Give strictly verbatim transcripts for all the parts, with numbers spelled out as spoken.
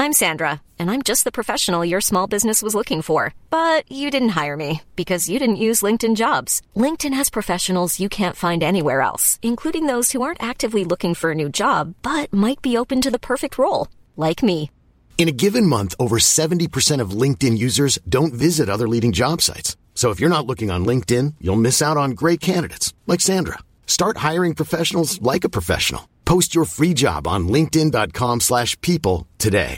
I'm Sandra, and I'm just the professional your small business was looking for. But you didn't hire me because you didn't use LinkedIn Jobs. LinkedIn has professionals you can't find anywhere else, including those who aren't actively looking for a new job, but might be open to the perfect role, like me. In a given month, over seventy percent of LinkedIn users don't visit other leading job sites. So if you're not looking on LinkedIn, you'll miss out on great candidates like Sandra. Start hiring professionals like a professional. Post your free job on linkedin.com slash people today.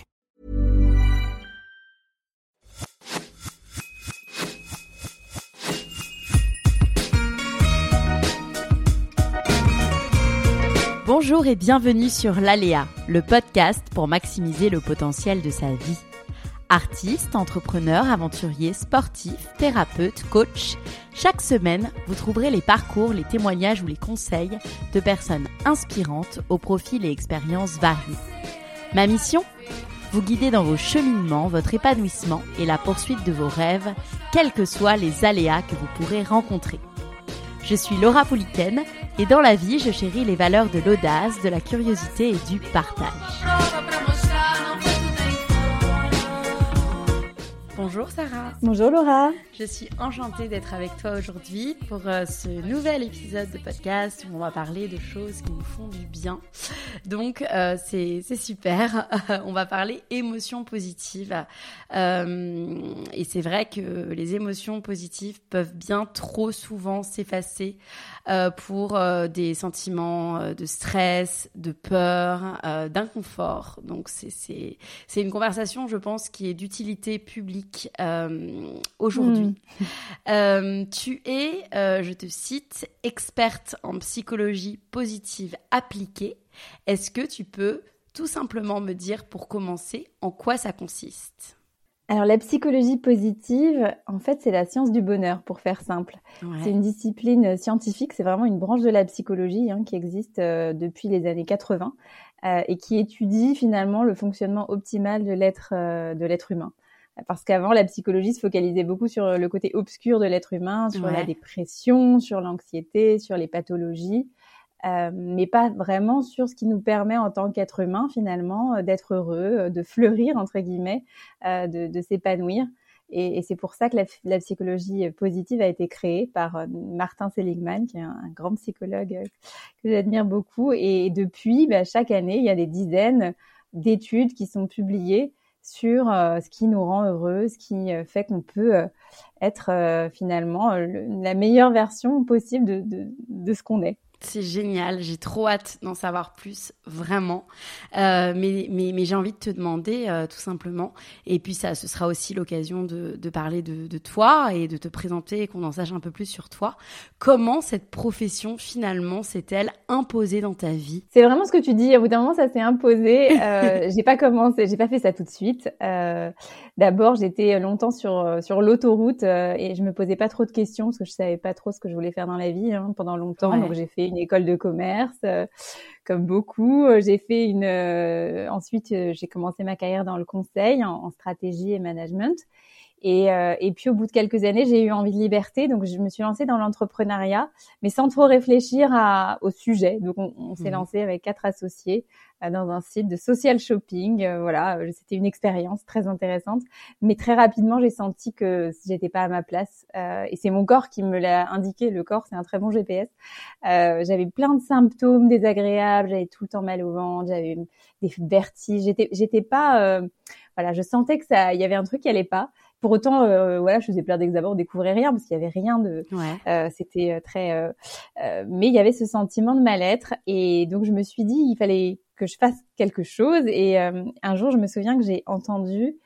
Bonjour et bienvenue sur l'Aléa, le podcast pour maximiser le potentiel de sa vie. Artiste, entrepreneur, aventurier, sportif, thérapeute, coach, chaque semaine, vous trouverez les parcours, les témoignages ou les conseils de personnes inspirantes aux profils et expériences variés. Ma mission ? Vous guider dans vos cheminements, votre épanouissement et la poursuite de vos rêves, quels que soient les aléas que vous pourrez rencontrer. Je suis Laura Pouliken et dans la vie, je chéris les valeurs de l'audace, de la curiosité et du partage. Bonjour Sarah. Bonjour Laura. Je suis enchantée d'être avec toi aujourd'hui pour euh, ce nouvel épisode de podcast où on va parler de choses qui nous font du bien. Donc euh, c'est, c'est super. On va parler émotions positives. Euh, et c'est vrai que les émotions positives peuvent bien trop souvent s'effacer euh, pour euh, des sentiments euh, de stress, de peur, euh, d'inconfort. Donc c'est, c'est, c'est une conversation, je pense, qui est d'utilité publique euh, aujourd'hui. Mmh. Euh, tu es, euh, je te cite, experte en psychologie positive appliquée. Est-ce que tu peux tout simplement me dire, pour commencer, en quoi ça consiste ? Alors la psychologie positive, en fait, c'est la science du bonheur, pour faire simple. Ouais. C'est une discipline scientifique, c'est vraiment une branche de la psychologie hein, qui existe euh, depuis les années quatre-vingts euh, et qui étudie finalement le fonctionnement optimal de l'être, euh, de l'être humain. Parce qu'avant, la psychologie se focalisait beaucoup sur le côté obscur de l'être humain, sur ouais. la dépression, sur l'anxiété, sur les pathologies, euh, mais pas vraiment sur ce qui nous permet en tant qu'être humain, finalement, d'être heureux, de fleurir, entre guillemets, euh, de, de s'épanouir. Et, et c'est pour ça que la, la psychologie positive a été créée par Martin Seligman, qui est un, un grand psychologue que j'admire beaucoup. Et depuis, bah, chaque année, il y a des dizaines d'études qui sont publiées sur euh, ce qui nous rend heureux, ce qui euh, fait qu'on peut euh, être euh, finalement euh, le, la meilleure version possible de, de, de ce qu'on est. C'est génial, j'ai trop hâte d'en savoir plus, vraiment. Euh, mais, mais, mais j'ai envie de te demander euh, tout simplement, et puis ça, ce sera aussi l'occasion de, de parler de, de toi et de te présenter et qu'on en sache un peu plus sur toi. Comment cette profession finalement s'est-elle imposée dans ta vie ? C'est vraiment ce que tu dis. Au bout d'un moment, ça s'est imposé. Euh, j'ai pas commencé, j'ai pas fait ça tout de suite. Euh, d'abord, j'étais longtemps sur sur l'autoroute euh, et je me posais pas trop de questions parce que je savais pas trop ce que je voulais faire dans la vie hein, pendant longtemps. Ouais. Donc j'ai fait une école de commerce, euh, comme beaucoup. J'ai fait une. Euh, ensuite, euh, j'ai commencé ma carrière dans le conseil en, en stratégie et management. Et, euh, et puis, au bout de quelques années, j'ai eu envie de liberté. Donc, je me suis lancée dans l'entrepreneuriat, mais sans trop réfléchir à, au sujet. Donc, on, on s'est mmh. lancé avec quatre associés euh, dans un site de social shopping. Euh, voilà, c'était une expérience très intéressante. Mais très rapidement, j'ai senti que j'étais pas à ma place. Euh, et c'est mon corps qui me l'a indiqué. Le corps, c'est un très bon G P S. Euh, j'avais plein de symptômes désagréables. J'avais tout le temps mal au ventre. J'avais des vertiges. J'étais, j'étais pas... Euh, voilà, je sentais que ça, il y avait un truc qui allait pas. Pour autant, euh, voilà, je faisais plein d'examens, on découvrait rien parce qu'il y avait rien de, ouais. euh, c'était très, euh, euh, mais il y avait ce sentiment de mal-être et donc je me suis dit il fallait que je fasse quelque chose et euh, un jour je me souviens que j'ai entendu,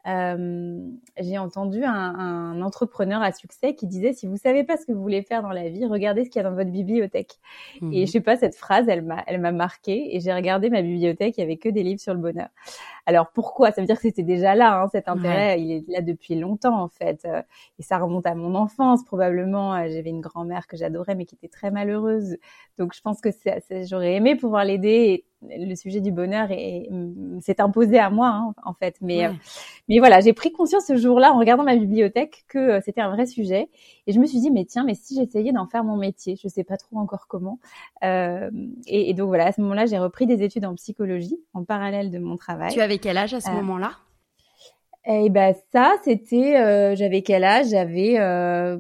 euh, j'ai entendu un, un entrepreneur à succès qui disait si vous savez pas ce que vous voulez faire dans la vie, regardez ce qu'il y a dans votre bibliothèque. Mmh. Et je sais pas, cette phrase, elle m'a, elle m'a marquée et j'ai regardé ma bibliothèque, il y avait que des livres sur le bonheur. Alors pourquoi ? Ça veut dire que c'était déjà là, hein, cet intérêt, ouais. il est là depuis longtemps en fait, euh, et ça remonte à mon enfance probablement. Euh, j'avais une grand-mère que j'adorais mais qui était très malheureuse, donc je pense que c'est, c'est, j'aurais aimé pouvoir l'aider. Et le sujet du bonheur est, est, s'est imposé à moi, hein, en fait. Mais, Ouais. euh, mais voilà, j'ai pris conscience ce jour-là en regardant ma bibliothèque que euh, c'était un vrai sujet. Et je me suis dit, mais tiens, mais si j'essayais d'en faire mon métier, je sais pas trop encore comment. Euh, et, et donc voilà, à ce moment-là, j'ai repris des études en psychologie en parallèle de mon travail. Tu avais quel âge à ce Euh, moment-là? Et ben ça, c'était, euh, j'avais quel âge? J'avais euh,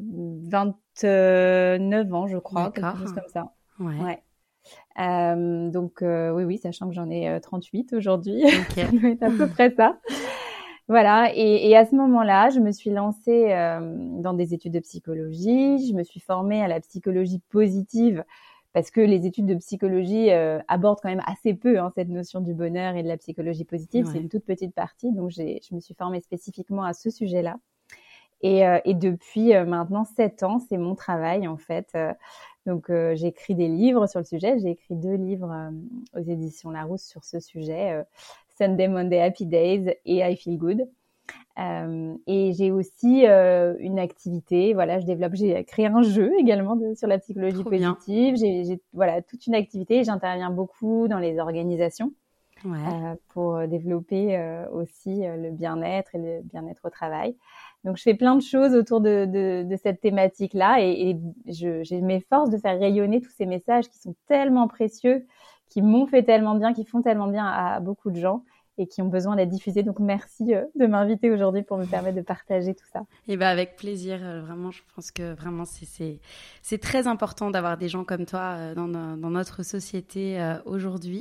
vingt-neuf ans, je crois, D'accord. quelque chose comme ça. Ouais. Ouais. Euh, donc euh, oui, oui, sachant que j'en ai euh, trente-huit aujourd'hui, Ok. ça doit être à peu près ça. Voilà. Et, et à ce moment-là, je me suis lancée euh, dans des études de psychologie. Je me suis formée à la psychologie positive parce que les études de psychologie euh, abordent quand même assez peu hein, cette notion du bonheur et de la psychologie positive. Ouais. C'est une toute petite partie. Donc j'ai, je me suis formée spécifiquement à ce sujet-là. Et, euh, et depuis euh, maintenant sept ans, c'est mon travail en fait. Euh, donc euh, j'ai écrit des livres sur le sujet. J'ai écrit deux livres euh, aux éditions Larousse sur ce sujet, euh, Sunday, Monday, Happy Days et I Feel Good. Euh, et j'ai aussi euh, une activité. Voilà, je développe. J'ai créé un jeu également de, sur la psychologie Trop bien. positive. J'ai, j'ai voilà toute une activité. J'interviens beaucoup dans les organisations. Ouais. Euh, pour développer euh, aussi euh, le bien-être et le bien-être au travail. Donc, je fais plein de choses autour de, de, de cette thématique-là et, et je, je m'efforce de faire rayonner tous ces messages qui sont tellement précieux, qui m'ont fait tellement bien, qui font tellement bien à, à beaucoup de gens et qui ont besoin d'être diffusés. Donc, merci euh, de m'inviter aujourd'hui pour me permettre de partager tout ça. Et ben avec plaisir, euh, vraiment, je pense que vraiment c'est c'est c'est très important d'avoir des gens comme toi euh, dans no- dans notre société euh, aujourd'hui.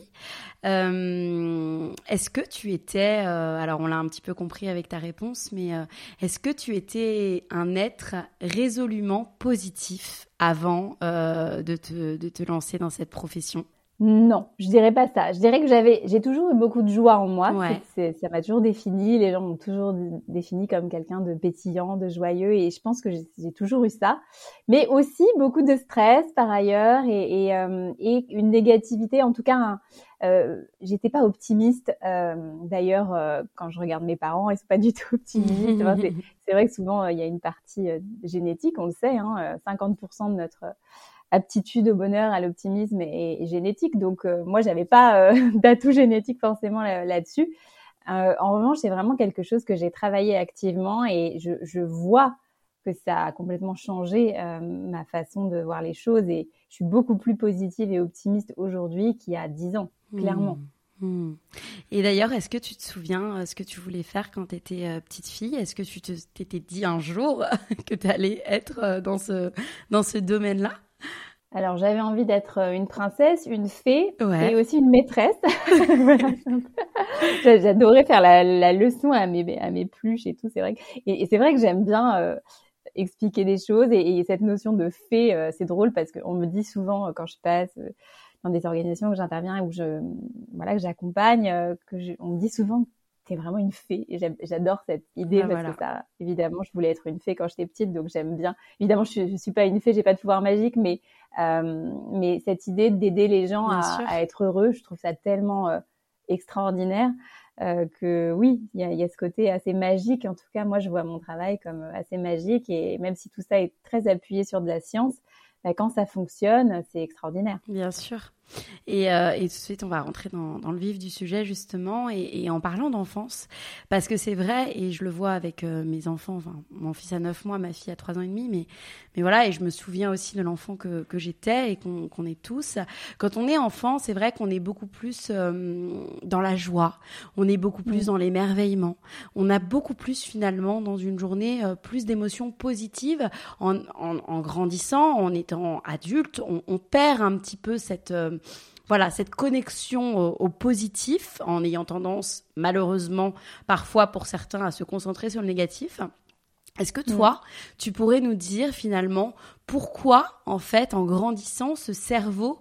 Euh, est-ce que tu étais, euh, alors on l'a un petit peu compris avec ta réponse, mais euh, est-ce que tu étais un être résolument positif avant euh, de te de te lancer dans cette profession? Non, je dirais pas ça. Je dirais que j'avais, j'ai toujours eu beaucoup de joie en moi. Ouais. C'est, c'est, ça m'a toujours défini. Les gens m'ont toujours d- défini comme quelqu'un de pétillant, de joyeux, et je pense que j'ai, j'ai toujours eu ça. Mais aussi beaucoup de stress par ailleurs et, et, euh, et une négativité. En tout cas, un, euh, j'étais pas optimiste. Euh, d'ailleurs, euh, quand je regarde mes parents, ils sont pas du tout optimistes. Enfin, c'est, c'est vrai que souvent euh, il y a une partie euh, génétique, on le sait. Hein, cinquante pour cent de notre aptitude au bonheur, à l'optimisme est, est génétique. Donc euh, moi, j'avais pas euh, d'atout génétique forcément là, là-dessus. Euh, en revanche, c'est vraiment quelque chose que j'ai travaillé activement et je, je vois que ça a complètement changé euh, ma façon de voir les choses et je suis beaucoup plus positive et optimiste aujourd'hui qu'il y a dix ans, clairement. Mmh. Mmh. Et d'ailleurs, est-ce que tu te souviens euh, ce que tu voulais faire quand tu étais euh, petite fille? Est-ce que tu te, t'étais dit un jour que tu allais être euh, dans ce, dans ce domaine-là? Alors, j'avais envie d'être une princesse, une fée Ouais. et aussi une maîtresse. Voilà, c'est un peu- J'adorais faire la, la leçon à mes, à mes pluches et tout. C'est vrai que, et, et c'est vrai que j'aime bien euh, expliquer des choses et, et cette notion de fée, euh, c'est drôle parce qu'on me dit souvent euh, quand je passe euh, dans des organisations que j'interviens et où je, voilà, que j'accompagne, euh, que je, on me dit souvent t'es vraiment une fée et j'adore cette idée bah, parce voilà. que ça, évidemment, je voulais être une fée quand j'étais petite, donc j'aime bien. Évidemment, je, je suis pas une fée, j'ai pas de pouvoir magique, mais euh, mais cette idée d'aider les gens à, à être heureux, je trouve ça tellement euh, extraordinaire euh, que oui, il y a, y a ce côté assez magique. En tout cas, moi, je vois mon travail comme assez magique et même si tout ça est très appuyé sur de la science, bah, quand ça fonctionne, c'est extraordinaire. Bien sûr. Et, euh, et tout de suite, on va rentrer dans, dans le vif du sujet, justement, et, et en parlant d'enfance, parce que c'est vrai, et je le vois avec euh, mes enfants, enfin, mon fils a neuf mois, ma fille a trois ans et demi, mais, mais voilà, et je me souviens aussi de l'enfant que, que j'étais et qu'on, qu'on est tous. Quand on est enfant, c'est vrai qu'on est beaucoup plus euh, dans la joie, on est beaucoup plus mmh. dans l'émerveillement, on a beaucoup plus, finalement, dans une journée, euh, plus d'émotions positives. En, en, en grandissant, en étant adulte, on, on perd un petit peu cette... Euh, Voilà, cette connexion au, au positif, en ayant tendance, malheureusement, parfois pour certains, à se concentrer sur le négatif. Est-ce que toi, mmh. tu pourrais nous dire finalement pourquoi, en fait, en grandissant, ce cerveau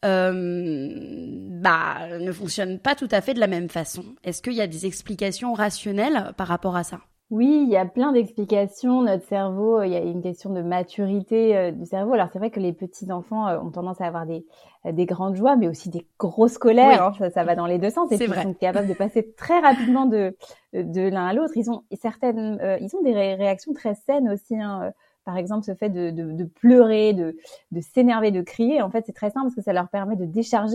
euh, bah, ne fonctionne pas tout à fait de la même façon? Est-ce qu'il y a des explications rationnelles par rapport à ça? Oui, il y a plein d'explications. Notre cerveau, il y a une question de maturité euh, du cerveau. Alors c'est vrai que les petits enfants euh, ont tendance à avoir des des grandes joies, mais aussi des grosses colères. Oui. Hein, ça, ça va dans les deux sens. Et c'est puis vrai. Ils sont capables de passer très rapidement de de l'un à l'autre. Ils ont certaines, euh, ils ont des ré- réactions très saines aussi. Hein. Par exemple, ce fait de de, de pleurer, de de s'énerver, de crier. En fait, c'est très simple parce que ça leur permet de décharger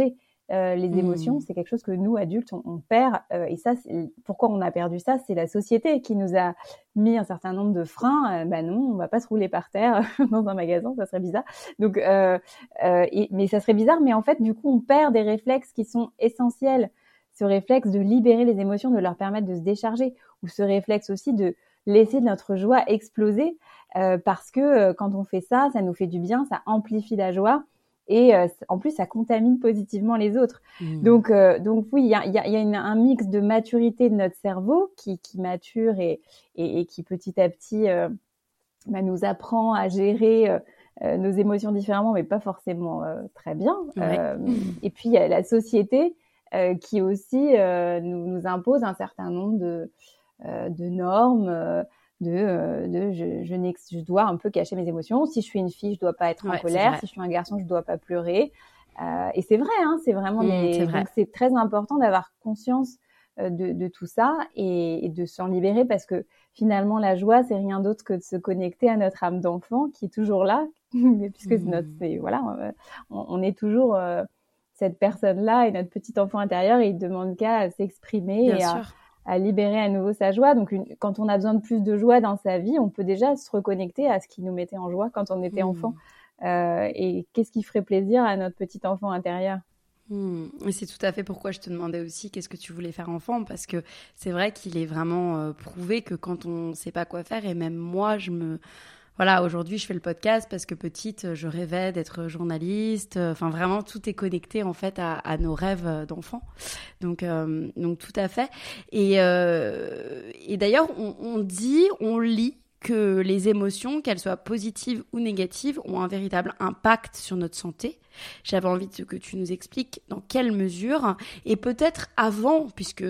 Euh, les Mmh. émotions, c'est quelque chose que nous, adultes, on, on perd. Euh, et ça, c'est, pourquoi on a perdu ça? C'est la société qui nous a mis un certain nombre de freins. Euh, bah non, on va pas se rouler par terre dans un magasin, ça serait bizarre. Donc, euh, euh, et, mais ça serait bizarre. Mais en fait, du coup, on perd des réflexes qui sont essentiels. Ce réflexe de libérer les émotions, de leur permettre de se décharger, ou ce réflexe aussi de laisser notre joie exploser, euh, parce que euh, quand on fait ça, ça nous fait du bien, ça amplifie la joie. Et euh, en plus, ça contamine positivement les autres. Mmh. Donc, euh, donc oui, il y a, y a, y a une, un mix de maturité de notre cerveau qui, qui mature et, et, et qui petit à petit euh, bah, nous apprend à gérer euh, euh, nos émotions différemment, mais pas forcément euh, très bien. Ouais. Euh, et puis, il y a la société euh, qui aussi euh, nous, nous impose un certain nombre de, euh, de normes. Euh, de, euh, de je, je, je dois un peu cacher mes émotions. Si je suis une fille, je dois pas être Ouais, en colère. Si je suis un garçon, je dois pas pleurer. Euh, et c'est vrai, hein, c'est vraiment Mmh, des... c'est vrai. Donc c'est très important d'avoir conscience euh, de, de tout ça et, et de s'en libérer, parce que finalement la joie, c'est rien d'autre que de se connecter à notre âme d'enfant qui est toujours là, puisque Mmh. c'est notre, c'est, voilà, on, on est toujours euh, cette personne-là et notre petit enfant intérieur, et il demande qu'à s'exprimer Bien et à, sûr. à libérer à nouveau sa joie. Donc, une, quand on a besoin de plus de joie dans sa vie, on peut déjà se reconnecter à ce qui nous mettait en joie quand on était Mmh. enfant. Euh, et qu'est-ce qui ferait plaisir à notre petit enfant intérieur? Mmh. Et c'est tout à fait pourquoi je te demandais aussi qu'est-ce que tu voulais faire enfant, parce que c'est vrai qu'il est vraiment euh, prouvé que quand on ne sait pas quoi faire, et même moi, je me... Voilà, aujourd'hui, je fais le podcast parce que petite, je rêvais d'être journaliste. Enfin, vraiment, tout est connecté en fait à, à nos rêves d'enfant. Donc, euh, donc tout à fait. Et, euh, et d'ailleurs, on, on dit, on lit que les émotions, qu'elles soient positives ou négatives, ont un véritable impact sur notre santé. J'avais envie de, que tu nous expliques dans quelle mesure, et peut-être avant, puisque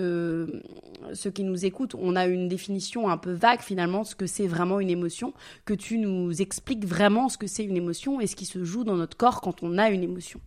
ceux qui nous écoutent, on a une définition un peu vague finalement de ce que c'est vraiment une émotion, que tu nous expliques vraiment ce que c'est une émotion et ce qui se joue dans notre corps quand on a une émotion.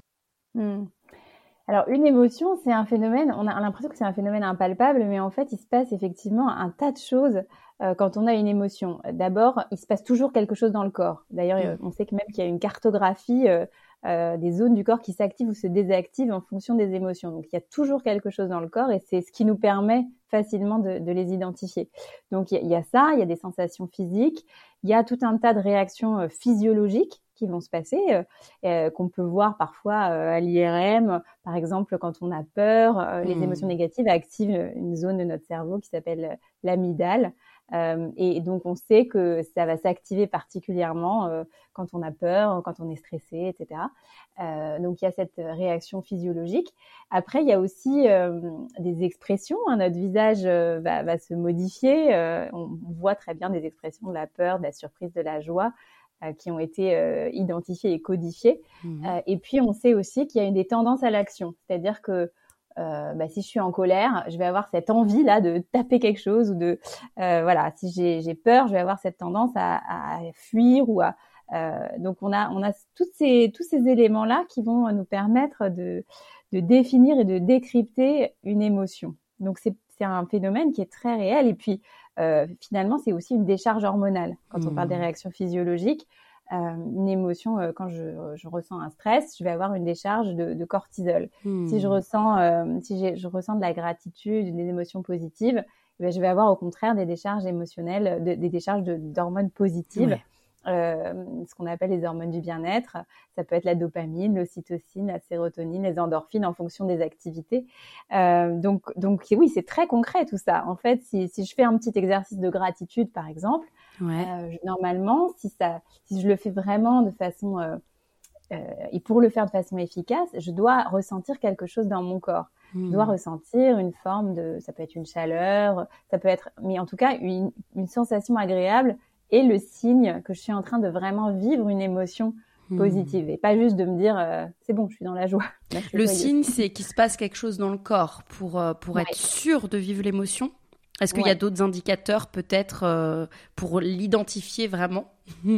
Hmm. Alors, une émotion, c'est un phénomène, on a l'impression que c'est un phénomène impalpable, mais en fait, il se passe effectivement un tas de choses euh, quand on a une émotion. D'abord, il se passe toujours quelque chose dans le corps. D'ailleurs, mmh. on sait que même qu'il y a une cartographie euh, euh, des zones du corps qui s'activent ou se désactivent en fonction des émotions. Donc, il y a toujours quelque chose dans le corps et c'est ce qui nous permet facilement de, de les identifier. Donc, il y, a, il y a ça, il y a des sensations physiques, il y a tout un tas de réactions euh, physiologiques qui vont se passer, euh, euh, qu'on peut voir parfois euh, à l'I R M. Par exemple, quand on a peur, euh, mmh. les émotions négatives activent une zone de notre cerveau qui s'appelle l'amygdale. Euh, et donc, on sait que ça va s'activer particulièrement euh, quand on a peur, quand on est stressé, et cetera. Euh, donc, il y a cette réaction physiologique. Après, il y a aussi euh, des expressions. Hein, notre visage euh, va, va se modifier. Euh, on voit très bien des expressions de la peur, de la surprise, de la joie, Euh, qui ont été euh, identifiés et codifiés. Mmh. Euh, et puis, on sait aussi qu'il y a une des tendances à l'action. C'est-à-dire que euh, bah, si je suis en colère, je vais avoir cette envie-là de taper quelque chose ou de... Euh, voilà, si j'ai, j'ai peur, je vais avoir cette tendance à, à fuir ou à... Euh, donc, on a, on a toutes ces, tous ces éléments-là qui vont nous permettre de, de définir et de décrypter une émotion. Donc, c'est, c'est un phénomène qui est très réel. Et puis, Euh, finalement, c'est aussi une décharge hormonale. Quand mmh. on parle des réactions physiologiques, euh, une émotion, euh, quand je, je ressens un stress, je vais avoir une décharge de, de cortisol. Mmh. Si je ressens, euh, si j'ai, je ressens de la gratitude, des émotions positives, eh bien, je vais avoir au contraire des décharges émotionnelles, de, des décharges de, d'hormones positives. Ouais. Euh, ce qu'on appelle les hormones du bien-être. Ça peut être la dopamine, l'ocytocine, la sérotonine, les endorphines en fonction des activités. Euh, donc, donc oui, c'est très concret tout ça. En fait, si, si je fais un petit exercice de gratitude, par exemple, ouais. euh, je, normalement, si, ça, si je le fais vraiment de façon... Euh, euh, et pour le faire de façon efficace, je dois ressentir quelque chose dans mon corps. Mmh. Je dois ressentir une forme de... Ça peut être une chaleur, ça peut être... Mais en tout cas, une, une sensation agréable et le signe que je suis en train de vraiment vivre une émotion positive. Mmh. Et pas juste de me dire euh, c'est bon, je suis dans la joie. Là, le joyeuse. Signe, c'est qu'il se passe quelque chose dans le corps pour, euh, pour ouais. être sûr de vivre l'émotion. Est-ce qu'il ouais. y a d'autres indicateurs peut-être euh, pour l'identifier vraiment?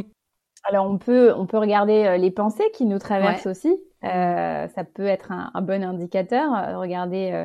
Alors on peut, on peut regarder euh, les pensées qui nous traversent ouais. aussi. Euh, ça peut être un, un bon indicateur. Regarder... Euh,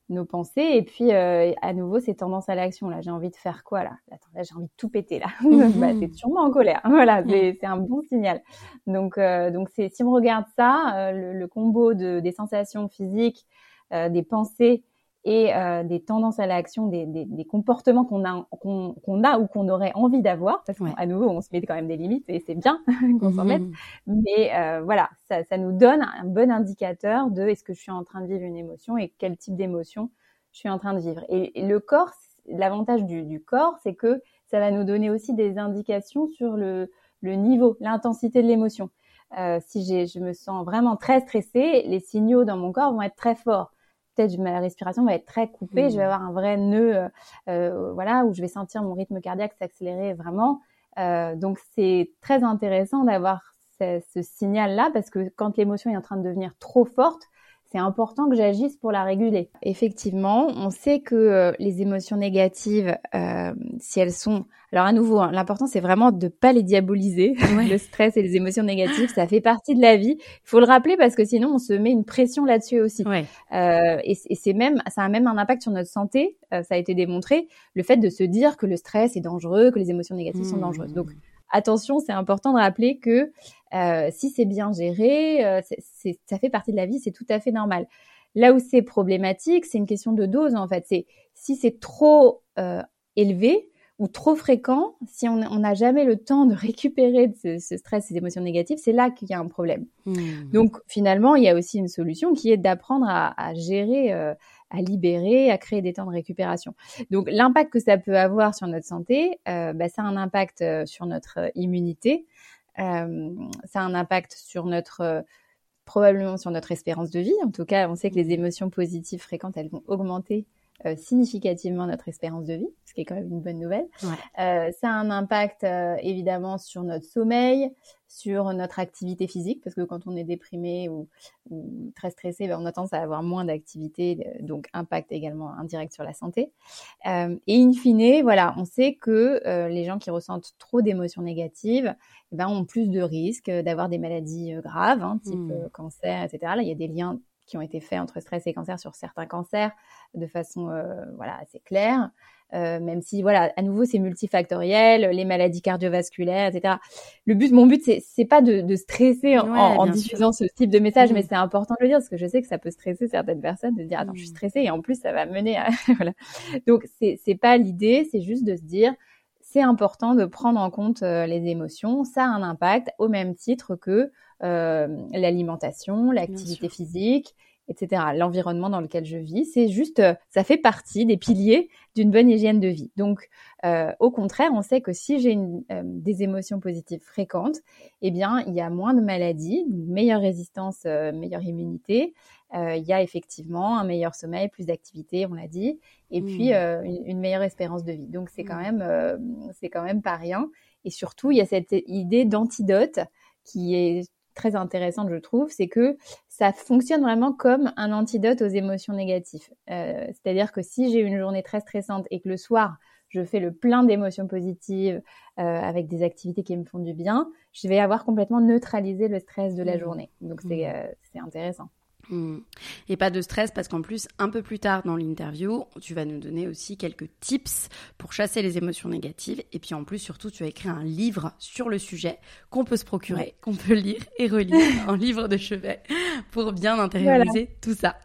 nos pensées. Et puis, euh, à nouveau, c'est tendance à l'action. Là, j'ai envie de faire quoi, là? Attends, là, j'ai envie de tout péter, là. Mmh. Bah, c'est sûrement en colère. Voilà, c'est, c'est un bon signal. Donc, euh, donc c'est, si on regarde ça, euh, le, le combo de, des sensations physiques, euh, des pensées et euh, des tendances à l'action, des, des, des comportements qu'on a, qu'on, qu'on a ou qu'on aurait envie d'avoir, parce qu'à ouais. nouveau, on se met quand même des limites et c'est bien qu'on mmh. s'en mette. Mais euh, voilà, ça, ça nous donne un bon indicateur de est-ce que je suis en train de vivre une émotion et quel type d'émotion je suis en train de vivre. Et, et le corps, l'avantage du, du corps, c'est que ça va nous donner aussi des indications sur le, le niveau, l'intensité de l'émotion. Euh, si j'ai, je me sens vraiment très stressée, les signaux dans mon corps vont être très forts. Peut-être ma respiration va être très coupée, mmh. je vais avoir un vrai nœud, euh, euh, voilà, où je vais sentir mon rythme cardiaque s'accélérer vraiment. Euh, donc c'est très intéressant d'avoir ce, ce signal-là parce que quand l'émotion est en train de devenir trop forte, c'est important que j'agisse pour la réguler. Effectivement, on sait que euh, les émotions négatives, euh, si elles sont... Alors à nouveau, hein, l'important, c'est vraiment de ne pas les diaboliser. Ouais. Le stress et les émotions négatives, ça fait partie de la vie. Il faut le rappeler parce que sinon, on se met une pression là-dessus aussi. Ouais. Euh, et, et c'est même, ça a même un impact sur notre santé. Euh, ça a été démontré. Le fait de se dire que le stress est dangereux, que les émotions négatives mmh. sont dangereuses. Donc, attention, c'est important de rappeler que euh, si c'est bien géré, euh, c'est, c'est, ça fait partie de la vie, c'est tout à fait normal. Là où c'est problématique, c'est une question de dose en fait. C'est si c'est trop euh, élevé ou trop fréquent, si on n'a jamais le temps de récupérer de ce, ce stress, ces émotions négatives, c'est là qu'il y a un problème. Mmh. Donc finalement, il y a aussi une solution qui est d'apprendre à, à gérer, euh, à libérer, à créer des temps de récupération. Donc l'impact que ça peut avoir sur notre santé, euh, bah, ça a un impact euh, sur notre euh, immunité, euh, ça a un impact sur notre euh, probablement sur notre espérance de vie. En tout cas, on sait que les émotions positives fréquentes, elles vont augmenter Euh, significativement notre espérance de vie, ce qui est quand même une bonne nouvelle. Ouais. Euh, ça a un impact euh, évidemment sur notre sommeil, sur notre activité physique, parce que quand on est déprimé ou, ou très stressé, ben, on a tendance à avoir moins d'activité, donc impact également indirect sur la santé. Euh, et in fine, voilà, on sait que euh, les gens qui ressentent trop d'émotions négatives eh ben, ont plus de risques d'avoir des maladies graves, hein, type mmh. euh, cancer, et cetera. Là, il y a des liens qui ont été faits entre stress et cancer sur certains cancers de façon euh, voilà assez claire, euh, même si voilà à nouveau c'est multifactoriel, les maladies cardiovasculaires, et cetera. Le but, mon but, c'est c'est pas de, de stresser en, ouais, en, en diffusant sûr. ce type de message, mmh. mais c'est important de le dire parce que je sais que ça peut stresser certaines personnes de dire attends mmh. je suis stressée et en plus ça va mener à voilà. Donc c'est c'est pas l'idée, c'est juste de se dire c'est important de prendre en compte euh, les émotions, ça a un impact au même titre que euh, l'alimentation, l'activité physique, et cetera. L'environnement dans lequel je vis, c'est juste, euh, ça fait partie des piliers d'une bonne hygiène de vie. Donc, euh, au contraire, on sait que si j'ai une, euh, des émotions positives fréquentes, eh bien, il y a moins de maladies, une meilleure résistance, euh, meilleure immunité. Euh, il y a effectivement un meilleur sommeil, plus d'activité, on l'a dit, et mmh. puis euh, une, une meilleure espérance de vie. Donc, c'est quand même, euh, c'est quand même pas rien. Et surtout, il y a cette idée d'antidote qui est très intéressante, je trouve, c'est que ça fonctionne vraiment comme un antidote aux émotions négatives. Euh, c'est-à-dire que si j'ai une journée très stressante et que le soir, je fais le plein d'émotions positives euh, avec des activités qui me font du bien, je vais avoir complètement neutralisé le stress de la journée. Donc, c'est, euh, c'est intéressant. Mmh. Et pas de stress parce qu'en plus, un peu plus tard dans l'interview, tu vas nous donner aussi quelques tips pour chasser les émotions négatives. Et puis en plus, surtout, tu as écrit un livre sur le sujet qu'on peut se procurer, ouais. qu'on peut lire et relire, un livre de chevet pour bien intérioriser voilà. tout ça.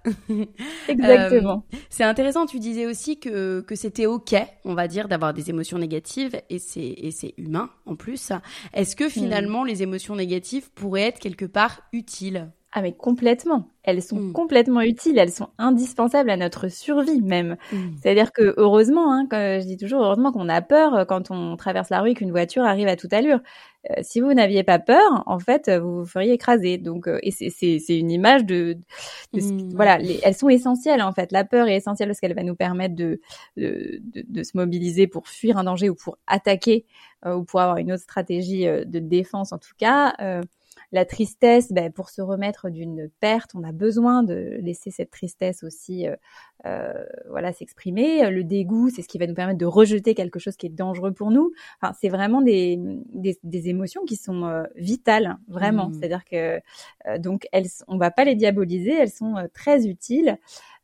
Exactement. Euh, c'est intéressant, tu disais aussi que, que c'était OK, on va dire, d'avoir des émotions négatives et c'est, et c'est humain en plus. Est-ce que finalement, mmh. les émotions négatives pourraient être quelque part utiles ? Ah mais complètement, elles sont mmh. complètement utiles, elles sont indispensables à notre survie même. Mmh. C'est-à-dire que heureusement, hein, comme je dis toujours, heureusement qu'on a peur quand on traverse la rue et qu'une voiture arrive à toute allure. Euh, si vous n'aviez pas peur, en fait, vous vous feriez écraser. Donc, euh, et c'est, c'est, c'est une image de, de mmh. voilà, les, elles sont essentielles en fait. La peur est essentielle parce qu'elle va nous permettre de de, de, de se mobiliser pour fuir un danger ou pour attaquer euh, ou pour avoir une autre stratégie euh, de défense en tout cas. Euh, La tristesse, ben, pour se remettre d'une perte, on a besoin de laisser cette tristesse aussi euh, euh, voilà, s'exprimer. Le dégoût, c'est ce qui va nous permettre de rejeter quelque chose qui est dangereux pour nous. Enfin, c'est vraiment des, des, des émotions qui sont euh, vitales, vraiment. Mmh. C'est-à-dire que euh, donc elles, on va pas les diaboliser, elles sont euh, très utiles.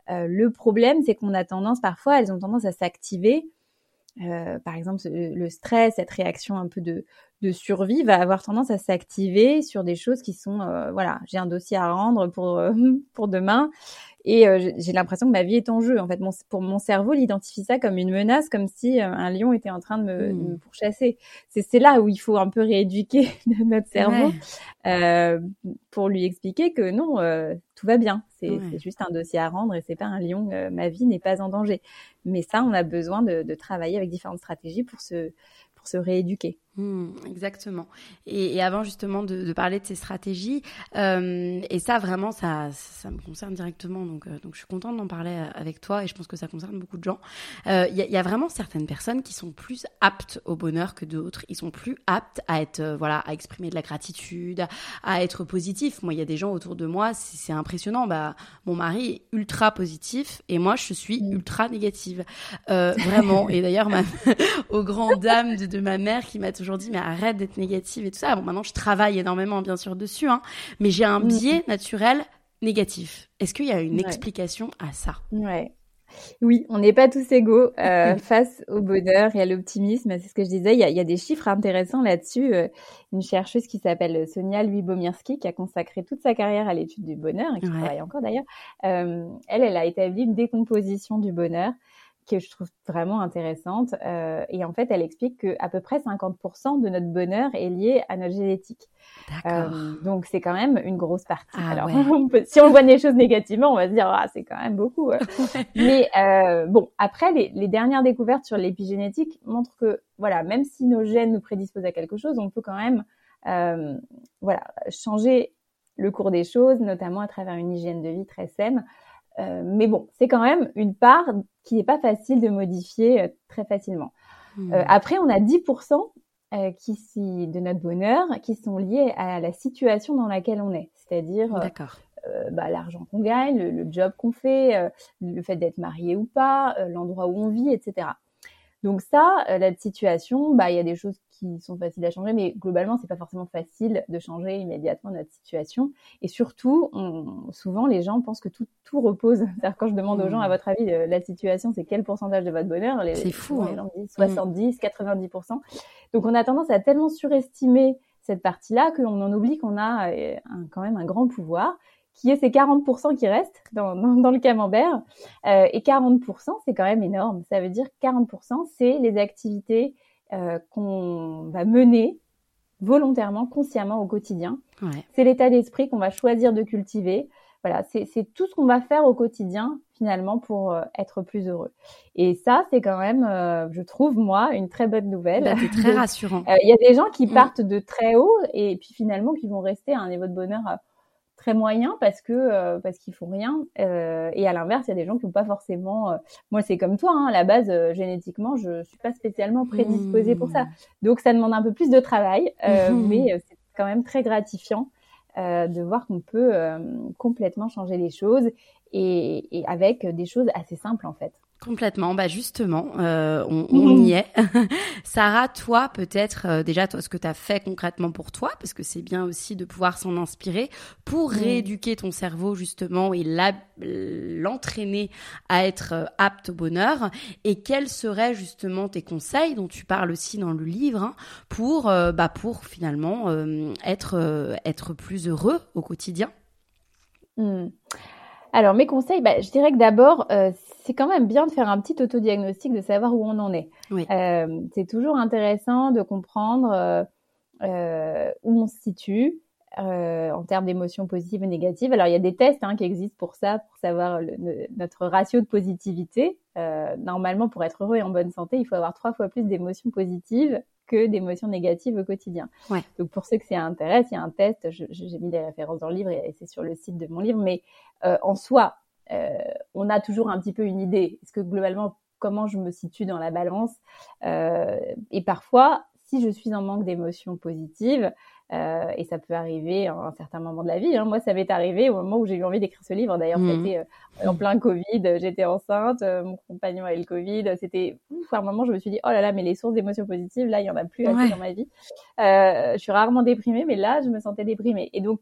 Euh, le problème, c'est qu'on a tendance, parfois, elles ont tendance à s'activer. Euh, par exemple, le stress, cette réaction un peu de, de survie va avoir tendance à s'activer sur des choses qui sont, euh, voilà, j'ai un dossier à rendre pour euh, pour demain et euh, j'ai l'impression que ma vie est en jeu. En fait, mon, pour mon cerveau, il identifie ça comme une menace, comme si euh, un lion était en train de me, mmh. de me pourchasser. C'est, c'est là où il faut un peu rééduquer notre cerveau ouais. euh, pour lui expliquer que non, euh, tout va bien. C'est, ouais. c'est juste un dossier à rendre et c'est pas un lion. Euh, ma vie n'est pas en danger. Mais ça, on a besoin de, de travailler avec différentes stratégies pour se pour se rééduquer. Mmh, exactement. Et, et avant justement de, de parler de ces stratégies, euh, et ça vraiment, ça, ça me concerne directement, donc, euh, donc je suis contente d'en parler avec toi et je pense que ça concerne beaucoup de gens. Il euh, y, y a vraiment certaines personnes qui sont plus aptes au bonheur que d'autres. Ils sont plus aptes à être, euh, voilà, à exprimer de la gratitude, à être positif. Moi, il y a des gens autour de moi, c'est, c'est impressionnant. Bah, mon mari est ultra positif et moi, je suis mmh. ultra négative. Euh, vraiment. Et d'ailleurs, ma, aux grandes dames de, de ma mère qui m'a toujours dit mais arrête d'être négative et tout ça. Bon, maintenant je travaille énormément bien sûr dessus, hein, mais j'ai un biais mmh. naturel négatif. Est-ce qu'il y a une ouais. explication à ça? Ouais. Oui, on n'est pas tous égaux euh, face au bonheur et à l'optimisme. C'est ce que je disais. Il y a, il y a des chiffres intéressants là-dessus. Euh, une chercheuse qui s'appelle Sonia Lubomirski, qui a consacré toute sa carrière à l'étude du bonheur et qui ouais. travaille encore d'ailleurs. Euh, elle, elle a établi une décomposition du bonheur que je trouve vraiment intéressante. Euh, et en fait, elle explique que à peu près cinquante pour cent de notre bonheur est lié à notre génétique. D'accord. Euh, donc, c'est quand même une grosse partie. Ah, Alors, ouais. on peut, si on voit les choses négativement, on va se dire, ah, c'est quand même beaucoup. Ouais. Mais euh, bon, après, les, les dernières découvertes sur l'épigénétique montrent que, voilà, même si nos gènes nous prédisposent à quelque chose, on peut quand même, euh, voilà, changer le cours des choses, notamment à travers une hygiène de vie très saine. Euh, mais bon, c'est quand même une part qui n'est pas facile de modifier euh, très facilement. Mmh. Euh, après, on a dix pour cent euh, qui, si, de notre bonheur qui sont liés à la situation dans laquelle on est. C'est-à-dire euh, bah, l'argent qu'on gagne, le, le job qu'on fait, euh, le fait d'être marié ou pas, euh, l'endroit où on vit, et cetera. Donc ça, euh, la situation, bah, il y a des choses qui sont faciles à changer, mais globalement, c'est pas forcément facile de changer immédiatement notre situation. Et surtout, on, souvent, les gens pensent que tout, tout repose. C'est-à-dire, quand je demande aux gens, à votre avis, euh, la situation, c'est quel pourcentage de votre bonheur? Les, c'est fou. Hein. Les gens disent soixante-dix, quatre-vingt-dix pour cent. Donc, on a tendance à tellement surestimer cette partie-là qu'on en oublie qu'on a euh, un, quand même un grand pouvoir, qui est ces quarante pour cent qui restent dans, dans, dans le camembert. Euh, et quarante pour cent, c'est quand même énorme. Ça veut dire que quarante pour cent, c'est les activités euh, qu'on va mener volontairement, consciemment au quotidien. Ouais. C'est l'état d'esprit qu'on va choisir de cultiver. Voilà, c'est, c'est tout ce qu'on va faire au quotidien, finalement, pour euh, être plus heureux. Et ça, c'est quand même, euh, je trouve, moi, une très bonne nouvelle. Bah, c'est très rassurant. Il euh, y a des gens qui partent mmh. de très haut et puis finalement qui vont rester à un niveau de bonheur euh, très moyen parce que euh, parce qu'ils font rien euh, et à l'inverse il y a des gens qui n'ont pas forcément euh, moi c'est comme toi hein, à la base euh, génétiquement je suis pas spécialement prédisposée mmh. pour ça, donc ça demande un peu plus de travail euh, mmh. mais euh, c'est quand même très gratifiant euh, de voir qu'on peut euh, complètement changer les choses et, et avec des choses assez simples en fait. Complètement, bah justement, euh, on, on y est. Sarah, toi, peut-être euh, déjà toi, ce que tu as fait concrètement pour toi, parce que c'est bien aussi de pouvoir s'en inspirer pour mmh. rééduquer ton cerveau justement et la, l'entraîner à être euh, apte au bonheur. Et quels seraient justement tes conseils dont tu parles aussi dans le livre hein, pour, euh, bah pour finalement euh, être euh, être plus heureux au quotidien. Mmh. Alors, mes conseils, bah, je dirais que d'abord, euh, c'est quand même bien de faire un petit autodiagnostic, de savoir où on en est. Oui. Euh, c'est toujours intéressant de comprendre euh, euh, où on se situe euh, en termes d'émotions positives et négatives. Alors, il y a des tests hein, qui existent pour ça, pour savoir le, le, notre ratio de positivité. Euh, normalement, pour être heureux et en bonne santé, il faut avoir trois fois plus d'émotions positives que d'émotions négatives au quotidien. Ouais. Donc, pour ceux que ça intéresse, il y a un test, je, j'ai mis les références dans le livre et c'est sur le site de mon livre, mais euh, en soi, euh, on a toujours un petit peu une idée. Est-ce que globalement, comment je me situe dans la balance euh, et parfois, si je suis en manque d'émotions positives, euh, et ça peut arriver à un certain moment de la vie. Hein. Moi, ça m'est arrivé au moment où j'ai eu envie d'écrire ce livre. D'ailleurs, mmh. c'était euh, en plein Covid. J'étais enceinte, euh, mon compagnon a eu le Covid. C'était ouf. À un moment, je me suis dit, oh là là, mais les sources d'émotions positives, là, il y en a plus assez ouais. dans ma vie. Euh, je suis rarement déprimée, mais là, je me sentais déprimée. Et donc,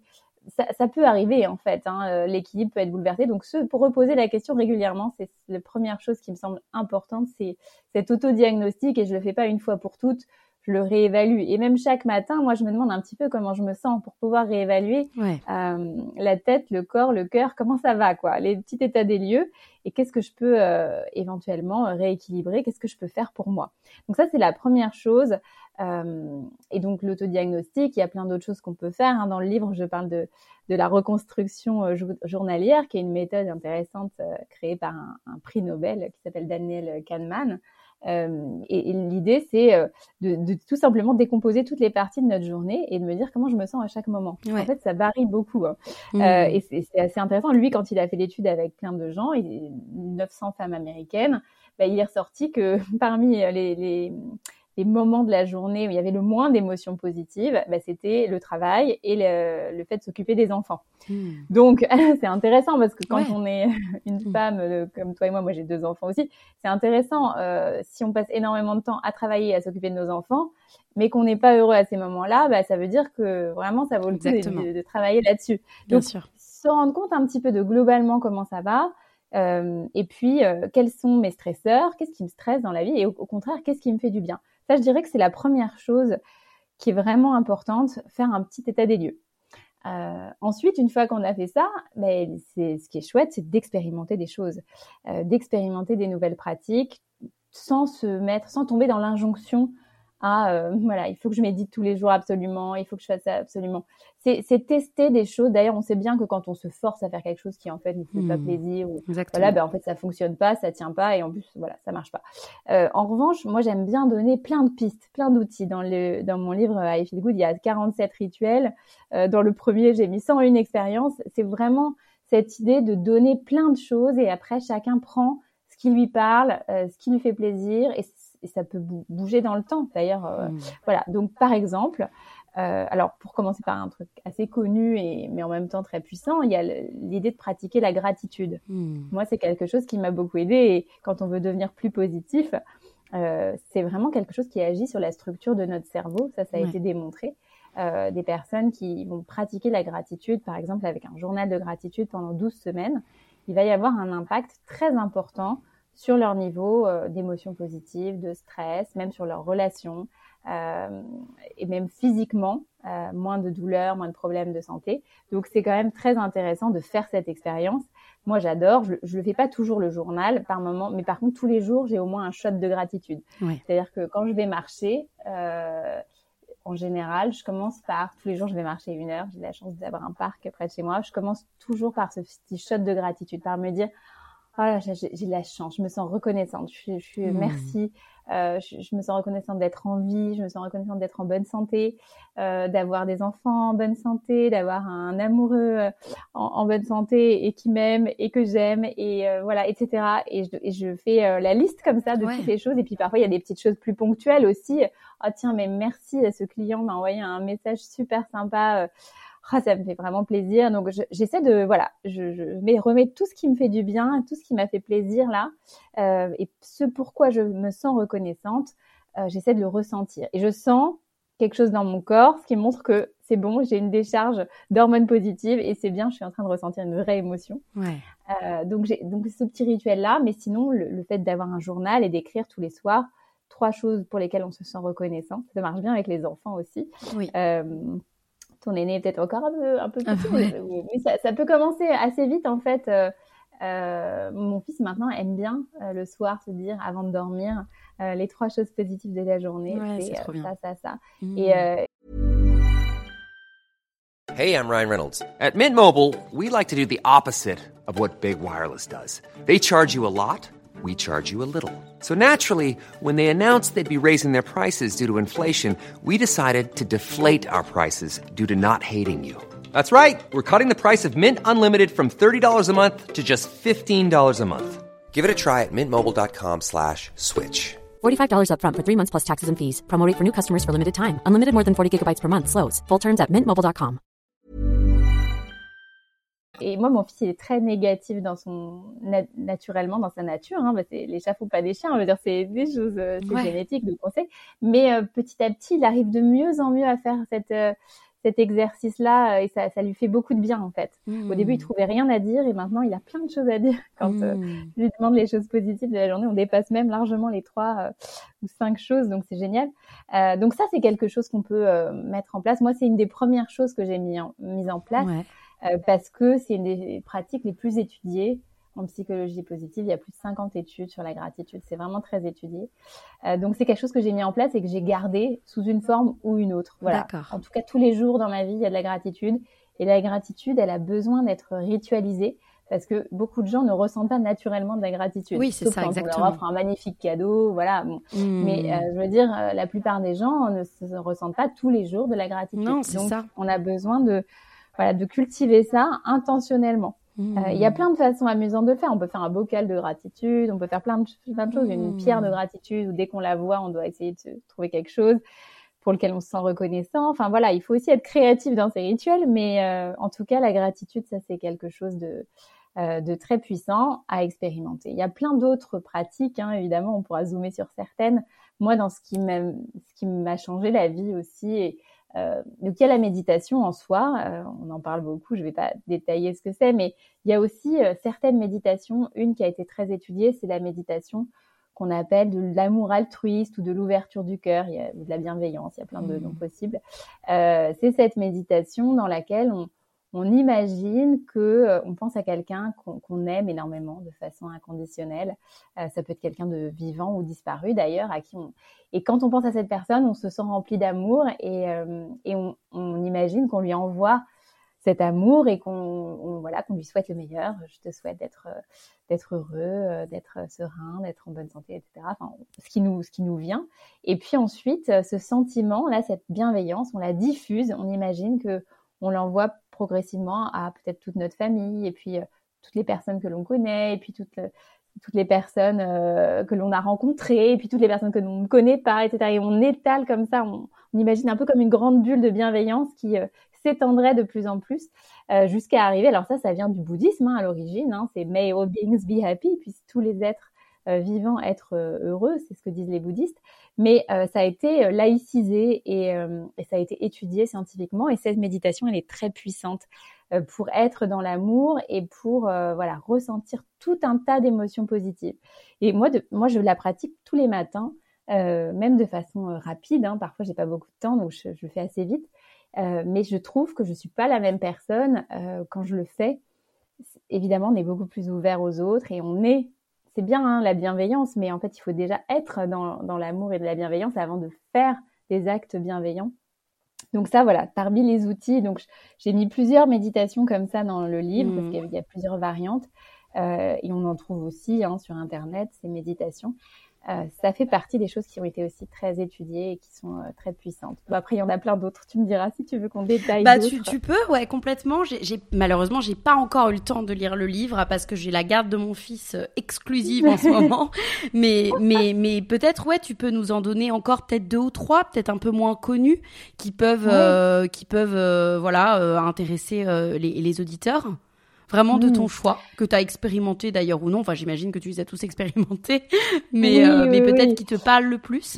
ça, ça peut arriver en fait, hein, euh, l'équilibre peut être bouleversé. Donc se pour reposer la question régulièrement, c'est la première chose qui me semble importante, c'est cet autodiagnostic, et je le fais pas une fois pour toutes. Je le réévalue. Et même chaque matin, moi, je me demande un petit peu comment je me sens pour pouvoir réévaluer Ouais. euh, la tête, le corps, le cœur, comment ça va, quoi, les petits états des lieux, et qu'est-ce que je peux euh, éventuellement rééquilibrer, qu'est-ce que je peux faire pour moi. Donc ça, c'est la première chose. Euh, et donc l'autodiagnostic, il y a plein d'autres choses qu'on peut faire. Hein. Dans le livre, je parle de, de la reconstruction euh, journalière, qui est une méthode intéressante euh, créée par un, un prix Nobel qui s'appelle Daniel Kahneman. Euh, et, et l'idée, c'est euh, de, de tout simplement décomposer toutes les parties de notre journée et de me dire comment je me sens à chaque moment. Ouais. En fait, ça varie beaucoup. Hein. Mmh. Euh, et c'est, c'est assez intéressant. Lui, quand il a fait l'étude avec plein de gens, il, neuf cents femmes américaines, bah, il est ressorti que parmi les, les, les moments de la journée où il y avait le moins d'émotions positives, bah, c'était le travail et le, le fait de s'occuper des enfants. Mmh. Donc, c'est intéressant parce que quand ouais. on est une femme euh, comme toi et moi, moi j'ai deux enfants aussi, c'est intéressant euh, si on passe énormément de temps à travailler et à s'occuper de nos enfants, mais qu'on n'est pas heureux à ces moments-là, bah, ça veut dire que vraiment ça vaut le coup de, de, de travailler là-dessus. Bien Donc, sûr. Se rendre compte un petit peu de globalement comment ça va, euh, et puis euh, quels sont mes stresseurs, qu'est-ce qui me stresse dans la vie, et au, au contraire, qu'est-ce qui me fait du bien. Ça, je dirais que c'est la première chose qui est vraiment importante, faire un petit état des lieux. Euh, ensuite, une fois qu'on a fait ça, ben, c'est, ce qui est chouette, c'est d'expérimenter des choses, euh, d'expérimenter des nouvelles pratiques, sans se mettre, sans tomber dans l'injonction à, euh, voilà, il faut que je médite tous les jours absolument, il faut que je fasse ça absolument. C'est, c'est tester des choses. D'ailleurs, on sait bien que quand on se force à faire quelque chose qui en fait nous fait mmh. pas plaisir, ou voilà, ben en fait ça fonctionne pas, ça tient pas, et en plus voilà, ça marche pas. Euh, en revanche, moi j'aime bien donner plein de pistes, plein d'outils. Dans le dans mon livre I Feel Good, il y a quarante-sept rituels. Euh, dans le premier, j'ai mis cent un expériences. C'est vraiment cette idée de donner plein de choses, et après chacun prend ce qui lui parle, euh, ce qui lui fait plaisir, et, et ça peut bouger dans le temps. D'ailleurs, euh, mmh. voilà. Donc par exemple. Euh, alors, pour commencer par un truc assez connu, et, mais en même temps très puissant, il y a le, l'idée de pratiquer la gratitude. Mmh. Moi, c'est quelque chose qui m'a beaucoup aidée, et quand on veut devenir plus positif, euh, c'est vraiment quelque chose qui agit sur la structure de notre cerveau. Ça, ça a ouais. été démontré. Euh, des personnes qui vont pratiquer la gratitude, par exemple avec un journal de gratitude pendant douze semaines, il va y avoir un impact très important sur leur niveau euh, d'émotions positives, de stress, même sur leurs relations. Euh, et même physiquement, euh, moins de douleurs, moins de problèmes de santé. Donc c'est quand même très intéressant de faire cette expérience. Moi j'adore, je, je le fais pas toujours le journal par moment, mais par contre tous les jours j'ai au moins un shot de gratitude. Ouais. C'est-à-dire que quand je vais marcher, euh, en général, je commence par, tous les jours je vais marcher une heure, j'ai la chance d'avoir un parc près de chez moi, je commence toujours par ce petit shot de gratitude, par me dire oh là, j'ai, j'ai de la chance, je me sens reconnaissante, je suis, je suis mmh. merci, euh, je, je me sens reconnaissante d'être en vie, je me sens reconnaissante d'être en bonne santé, euh, d'avoir des enfants en bonne santé, d'avoir un amoureux en, en bonne santé et qui m'aime et que j'aime, et euh, voilà, et cetera. Et je, et je fais euh, la liste comme ça de ouais. toutes les choses. Et puis parfois il y a des petites choses plus ponctuelles aussi. Oh tiens, mais merci, ce client m'a envoyé un message super sympa. Euh, Oh, ça me fait vraiment plaisir. Donc, je, j'essaie de, voilà, je, je mets, remets tout ce qui me fait du bien, tout ce qui m'a fait plaisir là, euh, et ce pourquoi je me sens reconnaissante, euh, j'essaie de le ressentir. Et je sens quelque chose dans mon corps, ce qui montre que c'est bon, j'ai une décharge d'hormones positives et c'est bien, je suis en train de ressentir une vraie émotion. Ouais. Euh, donc, j'ai, donc, ce petit rituel-là, mais sinon, le, le fait d'avoir un journal et d'écrire tous les soirs trois choses pour lesquelles on se sent reconnaissant, ça marche bien avec les enfants aussi. Oui. Euh, Ton aîné est peut-être encore un peu, un peu petit, ah, ouais. mais, mais ça, ça peut commencer assez vite en fait. Euh, euh, mon fils maintenant aime bien euh, le soir se dire avant de dormir euh, les trois choses positives de la journée. Ouais, c'est, c'est trop euh, bien. ça, ça, ça. Mmh. Et, euh... Hey, I'm Ryan Reynolds. At Mint Mobile, we like to do the opposite of what Big Wireless does. They charge you a lot. We charge you a little. So naturally, when they announced they'd be raising their prices due to inflation, we decided to deflate our prices due to not hating you. That's right. We're cutting the price of Mint Unlimited from thirty dollars a month to just fifteen dollars a month. Give it a try at mintmobile.com slash switch. forty-five dollars up front for three months plus taxes and fees. Promo rate for new customers for limited time. Unlimited more than forty gigabytes per month. Slows full terms at mint mobile dot com. Et moi, mon fils, il est très négatif dans son na- naturellement dans sa nature. Hein, bah c'est les chats font pas des chiens. Je veux dire, c'est des choses, euh, c'est ouais. génétique, donc on sait. Mais euh, petit à petit, il arrive de mieux en mieux à faire cette euh, cet exercice-là et ça, ça lui fait beaucoup de bien en fait. Mmh. Au début, il trouvait rien à dire et maintenant, il a plein de choses à dire quand mmh. euh, je lui demande les choses positives de la journée. On dépasse même largement les trois euh, ou cinq choses, donc c'est génial. Euh, donc ça, c'est quelque chose qu'on peut euh, mettre en place. Moi, c'est une des premières choses que j'ai mis en, mise en place ouais. euh, parce que c'est une des pratiques les plus étudiées. En psychologie positive, il y a plus de cinquante études sur la gratitude. C'est vraiment très étudié. Euh, donc, c'est quelque chose que j'ai mis en place et que j'ai gardé sous une forme ou une autre. Voilà. D'accord. En tout cas, tous les jours dans ma vie, il y a de la gratitude. Et la gratitude, elle a besoin d'être ritualisée parce que beaucoup de gens ne ressentent pas naturellement de la gratitude. Oui, c'est Sauf ça, quand exactement. on leur offre un magnifique cadeau, voilà. Bon. Mmh. Mais euh, je veux dire, euh, la plupart des gens ne se ressentent pas tous les jours de la gratitude. Non, c'est donc, ça. On a besoin de, voilà, de cultiver ça intentionnellement. Il mmh. euh, y a plein de façons amusantes de le faire. On peut faire un bocal de gratitude, on peut faire plein de, plein de choses. Mmh. Une pierre de gratitude où dès qu'on la voit, on doit essayer de se trouver quelque chose pour lequel on se sent reconnaissant. Enfin voilà, il faut aussi être créatif dans ces rituels, mais euh, en tout cas, la gratitude, ça c'est quelque chose de, euh, de très puissant à expérimenter. Il y a plein d'autres pratiques, hein, évidemment, on pourra zoomer sur certaines. Moi, dans ce qui m'a, ce qui m'a changé la vie aussi, et Euh, donc il y a la méditation en soi, euh, on en parle beaucoup, je ne vais pas détailler ce que c'est, mais il y a aussi euh, certaines méditations. Une qui a été très étudiée, c'est la méditation qu'on appelle de l'amour altruiste ou de l'ouverture du cœur, il y a de la bienveillance, il y a plein de noms possibles. Euh, c'est cette méditation dans laquelle on, on imagine que euh, on pense à quelqu'un qu'on, qu'on aime énormément de façon inconditionnelle. Euh, ça peut être quelqu'un de vivant ou disparu d'ailleurs, à qui on... Et quand on pense à cette personne, on se sent rempli d'amour et, euh, et on, on imagine qu'on lui envoie cet amour et qu'on, on, voilà, qu'on lui souhaite le meilleur. Je te souhaite d'être, d'être heureux, d'être serein, d'être en bonne santé, et cetera. Enfin, ce qui nous, ce qui nous vient. Et puis ensuite, ce sentiment-là, cette bienveillance, on la diffuse. On imagine que on l'envoie progressivement à peut-être toute notre famille et puis euh, toutes les personnes que l'on connaît et puis toutes le, toutes les personnes euh, que l'on a rencontrées, et puis toutes les personnes que l'on ne connaît pas, et cetera. Et on étale comme ça, on, on imagine un peu comme une grande bulle de bienveillance qui euh, s'étendrait de plus en plus euh, jusqu'à arriver. Alors ça, ça vient du bouddhisme hein, à l'origine, hein, c'est « May all beings be happy », puissent tous les êtres euh, vivants être euh, heureux, c'est ce que disent les bouddhistes. Mais euh, ça a été laïcisé et, euh, et ça a été étudié scientifiquement. Et cette méditation, elle est très puissante euh, pour être dans l'amour et pour euh, voilà ressentir tout un tas d'émotions positives. Et moi, de, moi, je la pratique tous les matins, euh, même de façon euh, rapide. Hein. Parfois, j'ai pas beaucoup de temps, donc je, je le fais assez vite. Euh, mais je trouve que je suis pas la même personne euh, quand je le fais. Évidemment, on est beaucoup plus ouvert aux autres et on est c'est bien hein, la bienveillance, mais en fait, il faut déjà être dans, dans l'amour et de la bienveillance avant de faire des actes bienveillants. Donc ça, voilà, parmi les outils, donc j'ai mis plusieurs méditations comme ça dans le livre, mmh. parce qu'il y a plusieurs variantes, euh, et on en trouve aussi hein, sur Internet, ces méditations. Euh, ça fait partie des choses qui ont été aussi très étudiées et qui sont euh, très puissantes. Bon, après, il y en a plein d'autres. Tu me diras si tu veux qu'on détaille bah, d'autres. Tu, tu peux, ouais, complètement. J'ai, j'ai, malheureusement, j'ai pas encore eu le temps de lire le livre parce que j'ai la garde de mon fils euh, exclusive en ce moment. Mais, mais, mais peut-être, ouais, tu peux nous en donner encore peut-être deux ou trois, peut-être un peu moins connus, qui peuvent, ouais. euh, qui peuvent, euh, voilà, euh, intéresser euh, les, les auditeurs. Vraiment de ton mmh. choix, que tu as expérimenté d'ailleurs ou non. Enfin, j'imagine que tu les as tous expérimentés, mais, oui, euh, oui, mais peut-être oui. qui te parlent le plus.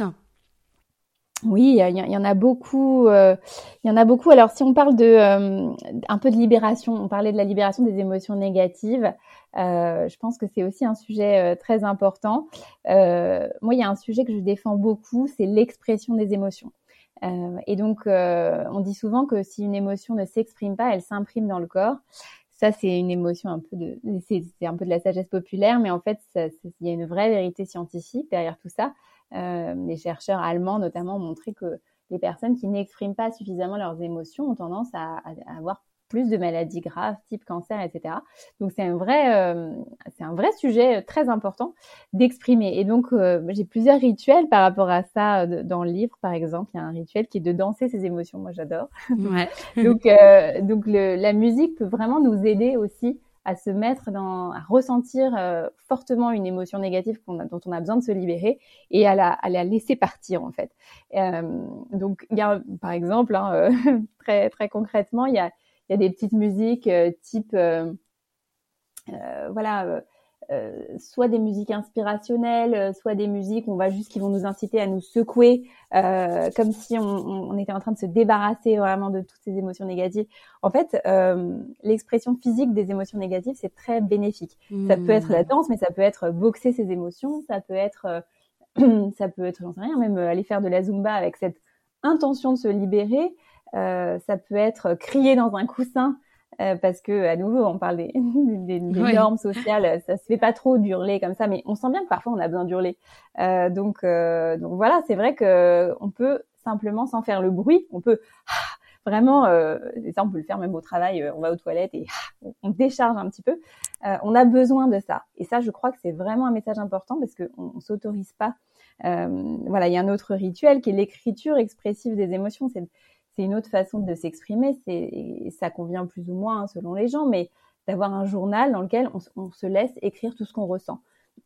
Oui, il y, y en a beaucoup. Euh, il y en a beaucoup. Alors, si on parle de euh, un peu de libération, on parlait de la libération des émotions négatives. Euh, je pense que c'est aussi un sujet euh, très important. Euh, moi, il y a un sujet que je défends beaucoup, c'est l'expression des émotions. Euh, et donc, euh, on dit souvent que si une émotion ne s'exprime pas, elle s'imprime dans le corps. Ça, c'est une émotion un peu de, c'est, c'est un peu de la sagesse populaire, mais en fait, ça, ça, il y a une vraie vérité scientifique derrière tout ça. Euh, les chercheurs allemands, notamment, ont montré que les personnes qui n'expriment pas suffisamment leurs émotions ont tendance à, à avoir plus de maladies graves, type cancer, et cetera. Donc, c'est un vrai, euh, c'est un vrai sujet très important d'exprimer. Et donc, euh, j'ai plusieurs rituels par rapport à ça dans le livre. Par exemple, il y a un rituel qui est de danser ses émotions. Moi, j'adore. Ouais. donc, euh, donc le, la musique peut vraiment nous aider aussi à se mettre dans, à ressentir euh, fortement une émotion négative qu'on a, dont on a besoin de se libérer et à la, à la laisser partir, en fait. Euh, donc, il y a, par exemple, hein, euh, très, très concrètement, il y a, il y a des petites musiques euh, type, euh, euh, voilà, euh, euh, soit des musiques inspirationnelles, soit des musiques où on va juste qui vont nous inciter à nous secouer, euh, comme si on, on était en train de se débarrasser vraiment de toutes ces émotions négatives. En fait, euh, l'expression physique des émotions négatives, c'est très bénéfique. Mmh. Ça peut être la danse, mais ça peut être boxer ses émotions, ça peut être, euh, ça peut être, j'en sais rien, même aller faire de la Zumba avec cette intention de se libérer. Euh, ça peut être crier dans un coussin. Euh, parce que à nouveau on parle des, des, des ouais. normes sociales, ça se fait pas trop d'hurler comme ça, mais on sent bien que parfois on a besoin d'hurler. Euh, donc euh, donc voilà, c'est vrai que on peut simplement sans faire le bruit, on peut ah, vraiment, euh, et ça on peut le faire même au travail, euh, on va aux toilettes et ah, on, on décharge un petit peu. Euh, on a besoin de ça, et ça je crois que c'est vraiment un message important parce que on, on s'autorise pas. Euh, voilà, il y a un autre rituel qui est l'écriture expressive des émotions. C'est C'est une autre façon de s'exprimer, c'est, ça convient plus ou moins hein, selon les gens, mais d'avoir un journal dans lequel on, on se laisse écrire tout ce qu'on ressent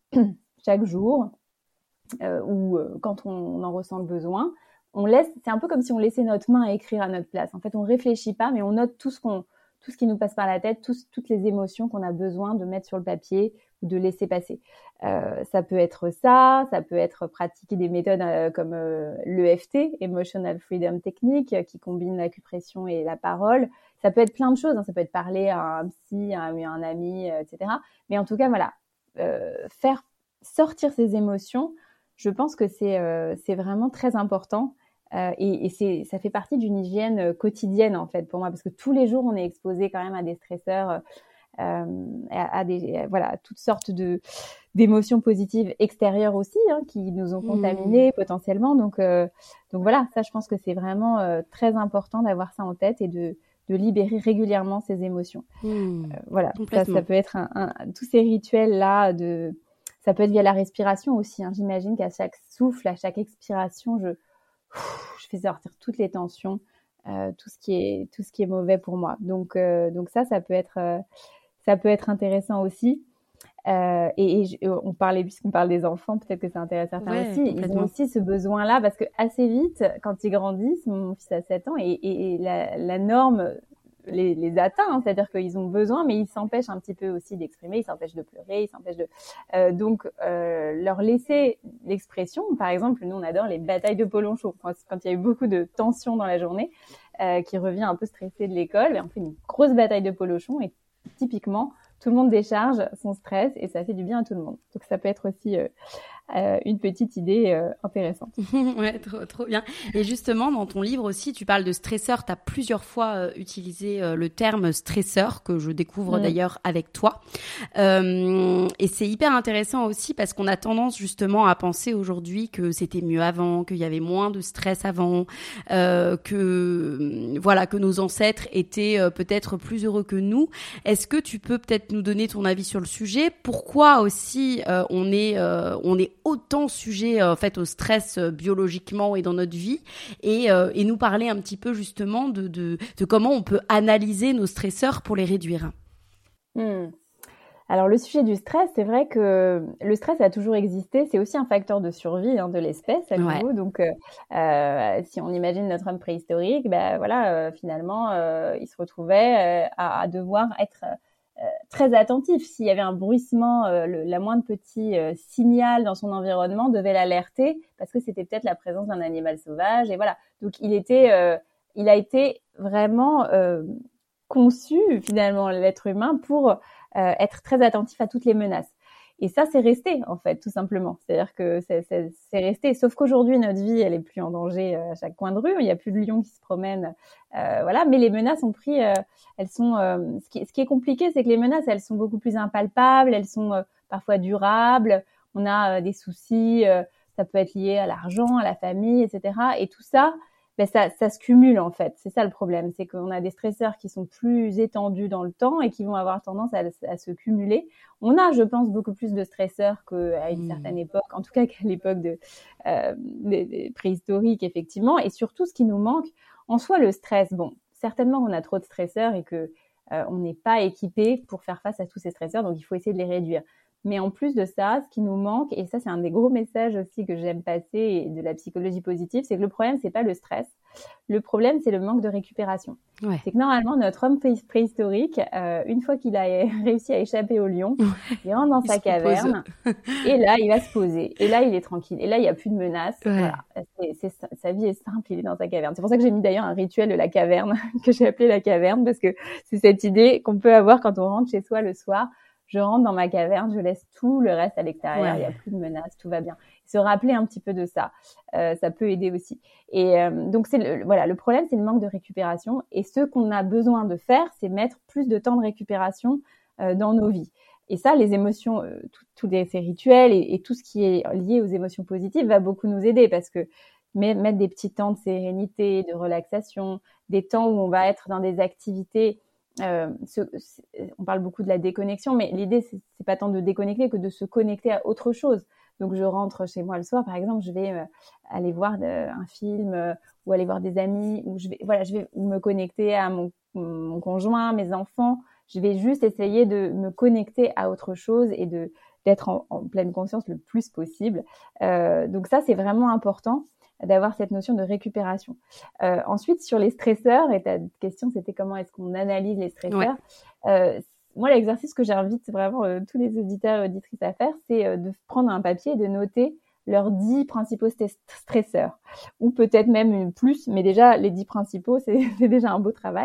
chaque jour euh, ou euh, quand on, on en ressent le besoin. On laisse, c'est un peu comme si on laissait notre main à écrire à notre place. En fait, on réfléchit pas, mais on note tout ce qu'on, tout ce qui nous passe par la tête, tout, toutes les émotions qu'on a besoin de mettre sur le papier ou de laisser passer. Euh, ça peut être ça, ça peut être pratiquer des méthodes euh, comme euh, l'E F T, Emotional Freedom Technique, euh, qui combine l'acupression et la parole. Ça peut être plein de choses, hein. Ça peut être parler à un psy, à un, à un ami, euh, et cetera. Mais en tout cas, voilà, euh, faire sortir ses émotions, je pense que c'est, euh, c'est vraiment très important. Euh, et, et c'est, ça fait partie d'une hygiène quotidienne en fait pour moi, parce que tous les jours on est exposé quand même à des stresseurs, euh, à, à des, à, voilà, toutes sortes de d'émotions positives extérieures aussi, hein, qui nous ont contaminés mmh. potentiellement. Donc, euh, donc voilà, ça je pense que c'est vraiment euh, très important d'avoir ça en tête et de de libérer régulièrement ces émotions. Mmh. Euh, voilà, ça, ça peut être un, un, tous ces rituels là de, ça peut être via la respiration aussi. Hein. J'imagine qu'à chaque souffle, à chaque expiration, je je fais sortir toutes les tensions, euh, tout ce qui est tout ce qui est mauvais pour moi. Donc euh, donc ça ça peut être euh, ça peut être intéressant aussi. Euh, et, et je, on parlait puisqu'on parle des enfants, peut-être que ça intéresse certains ouais, aussi. Ils ont aussi ce besoin-là parce que assez vite, quand ils grandissent, mon fils a sept ans et, et, et la, la norme les, les atteint, hein, c'est-à-dire qu'ils ont besoin, mais ils s'empêchent un petit peu aussi d'exprimer, ils s'empêchent de pleurer, ils s'empêchent de euh, donc euh, leur laisser l'expression. Par exemple, nous on adore les batailles de polon chaud. Quand, quand il y a eu beaucoup de tension dans la journée, euh, qui revient un peu stressé de l'école, et on fait une grosse bataille de polochon et typiquement tout le monde décharge son stress et ça fait du bien à tout le monde. Donc ça peut être aussi euh, euh, une petite idée euh, intéressante. Ouais, trop, trop bien. Et justement, dans ton livre aussi, tu parles de stresseur. Tu as plusieurs fois euh, utilisé euh, le terme stresseur, que je découvre mmh. d'ailleurs avec toi. Euh, et c'est hyper intéressant aussi parce qu'on a tendance justement à penser aujourd'hui que c'était mieux avant, qu'il y avait moins de stress avant, euh, que voilà, que nos ancêtres étaient euh, peut-être plus heureux que nous. Est-ce que tu peux peut-être nous donner ton avis sur le sujet? Pourquoi aussi euh, on est euh, on est autant sujet euh, en fait au stress euh, biologiquement et dans notre vie, et euh, et nous parler un petit peu justement de de de comment on peut analyser nos stresseurs pour les réduire. Hmm. Alors le sujet du stress, c'est vrai que le stress a toujours existé, c'est aussi un facteur de survie hein, de l'espèce à nouveau. Ouais. Donc euh, euh, si on imagine notre homme préhistorique, ben voilà, euh, finalement euh, il se retrouvait euh, à, à devoir être Euh, très attentif. S'il y avait un bruissement, euh, le, la moindre petit euh, signal dans son environnement devait l'alerter parce que c'était peut-être la présence d'un animal sauvage. Et voilà. Donc il était, euh, il a été vraiment euh, conçu finalement l'être humain pour euh, être très attentif à toutes les menaces. Et ça, c'est resté, en fait, tout simplement. C'est-à-dire que c'est, c'est, c'est resté. Sauf qu'aujourd'hui, notre vie, elle est plus en danger à chaque coin de rue. Il n'y a plus de lions qui se promènent. Euh, voilà. Mais les menaces ont pris, euh, elles sont, euh, ce qui, ce qui est compliqué, c'est que les menaces, elles sont beaucoup plus impalpables. Elles sont euh, parfois durables. On a euh, des soucis. Euh, ça peut être lié à l'argent, à la famille, et cetera. Et tout ça, ben ça, ça se cumule en fait. C'est ça le problème, c'est qu'on a des stresseurs qui sont plus étendus dans le temps et qui vont avoir tendance à, à se cumuler. On a, je pense, beaucoup plus de stresseurs qu'à une mmh. certaine époque, en tout cas qu'à l'époque de, euh, des, des préhistorique, effectivement. Et surtout, ce qui nous manque, en soi, le stress. Bon, certainement qu'on a trop de stresseurs et que euh, on n'est pas équipé pour faire face à tous ces stresseurs, donc il faut essayer de les réduire. Mais en plus de ça, ce qui nous manque, et ça c'est un des gros messages aussi que j'aime passer de la psychologie positive, c'est que le problème c'est pas le stress. Le problème c'est le manque de récupération. Ouais. C'est que normalement notre homme préhistorique, euh, une fois qu'il a réussi à échapper au lion, il rentre dans il sa caverne et là il va se poser. Et là il est tranquille. Et là il y a plus de menaces. Ouais. Voilà. C'est, c'est, sa vie est simple, il est dans sa caverne. C'est pour ça que j'ai mis d'ailleurs un rituel de la caverne que j'ai appelé la caverne, parce que c'est cette idée qu'on peut avoir quand on rentre chez soi le soir. Je rentre dans ma caverne, je laisse tout le reste à l'extérieur, ouais. Il n'y a plus de menaces, tout va bien. Se rappeler un petit peu de ça, euh, ça peut aider aussi. Et euh, donc, c'est le, voilà, le problème, c'est le manque de récupération. Et ce qu'on a besoin de faire, c'est mettre plus de temps de récupération euh, dans nos vies. Et ça, les émotions, euh, tous ces rituels et, et tout ce qui est lié aux émotions positives va beaucoup nous aider, parce que mettre des petits temps de sérénité, de relaxation, des temps où on va être dans des activités. Euh, ce, on parle beaucoup de la déconnexion, mais l'idée c'est, c'est pas tant de déconnecter que de se connecter à autre chose. Donc je rentre chez moi le soir, par exemple, je vais euh, aller voir de, un film euh, ou aller voir des amis, ou je vais voilà, je vais me connecter à mon, mon conjoint, mes enfants. Je vais juste essayer de me connecter à autre chose et de d'être en, en pleine conscience le plus possible. Euh, donc ça c'est vraiment important, d'avoir cette notion de récupération. Euh, ensuite, sur les stresseurs, et ta question, c'était comment est-ce qu'on analyse les stresseurs. Ouais. Euh, moi, l'exercice que j'invite vraiment euh, tous les auditeurs et auditrices à faire, c'est euh, de prendre un papier et de noter leurs dix principaux st- stresseurs, ou peut-être même plus, mais déjà, les dix principaux, c'est, c'est déjà un beau travail.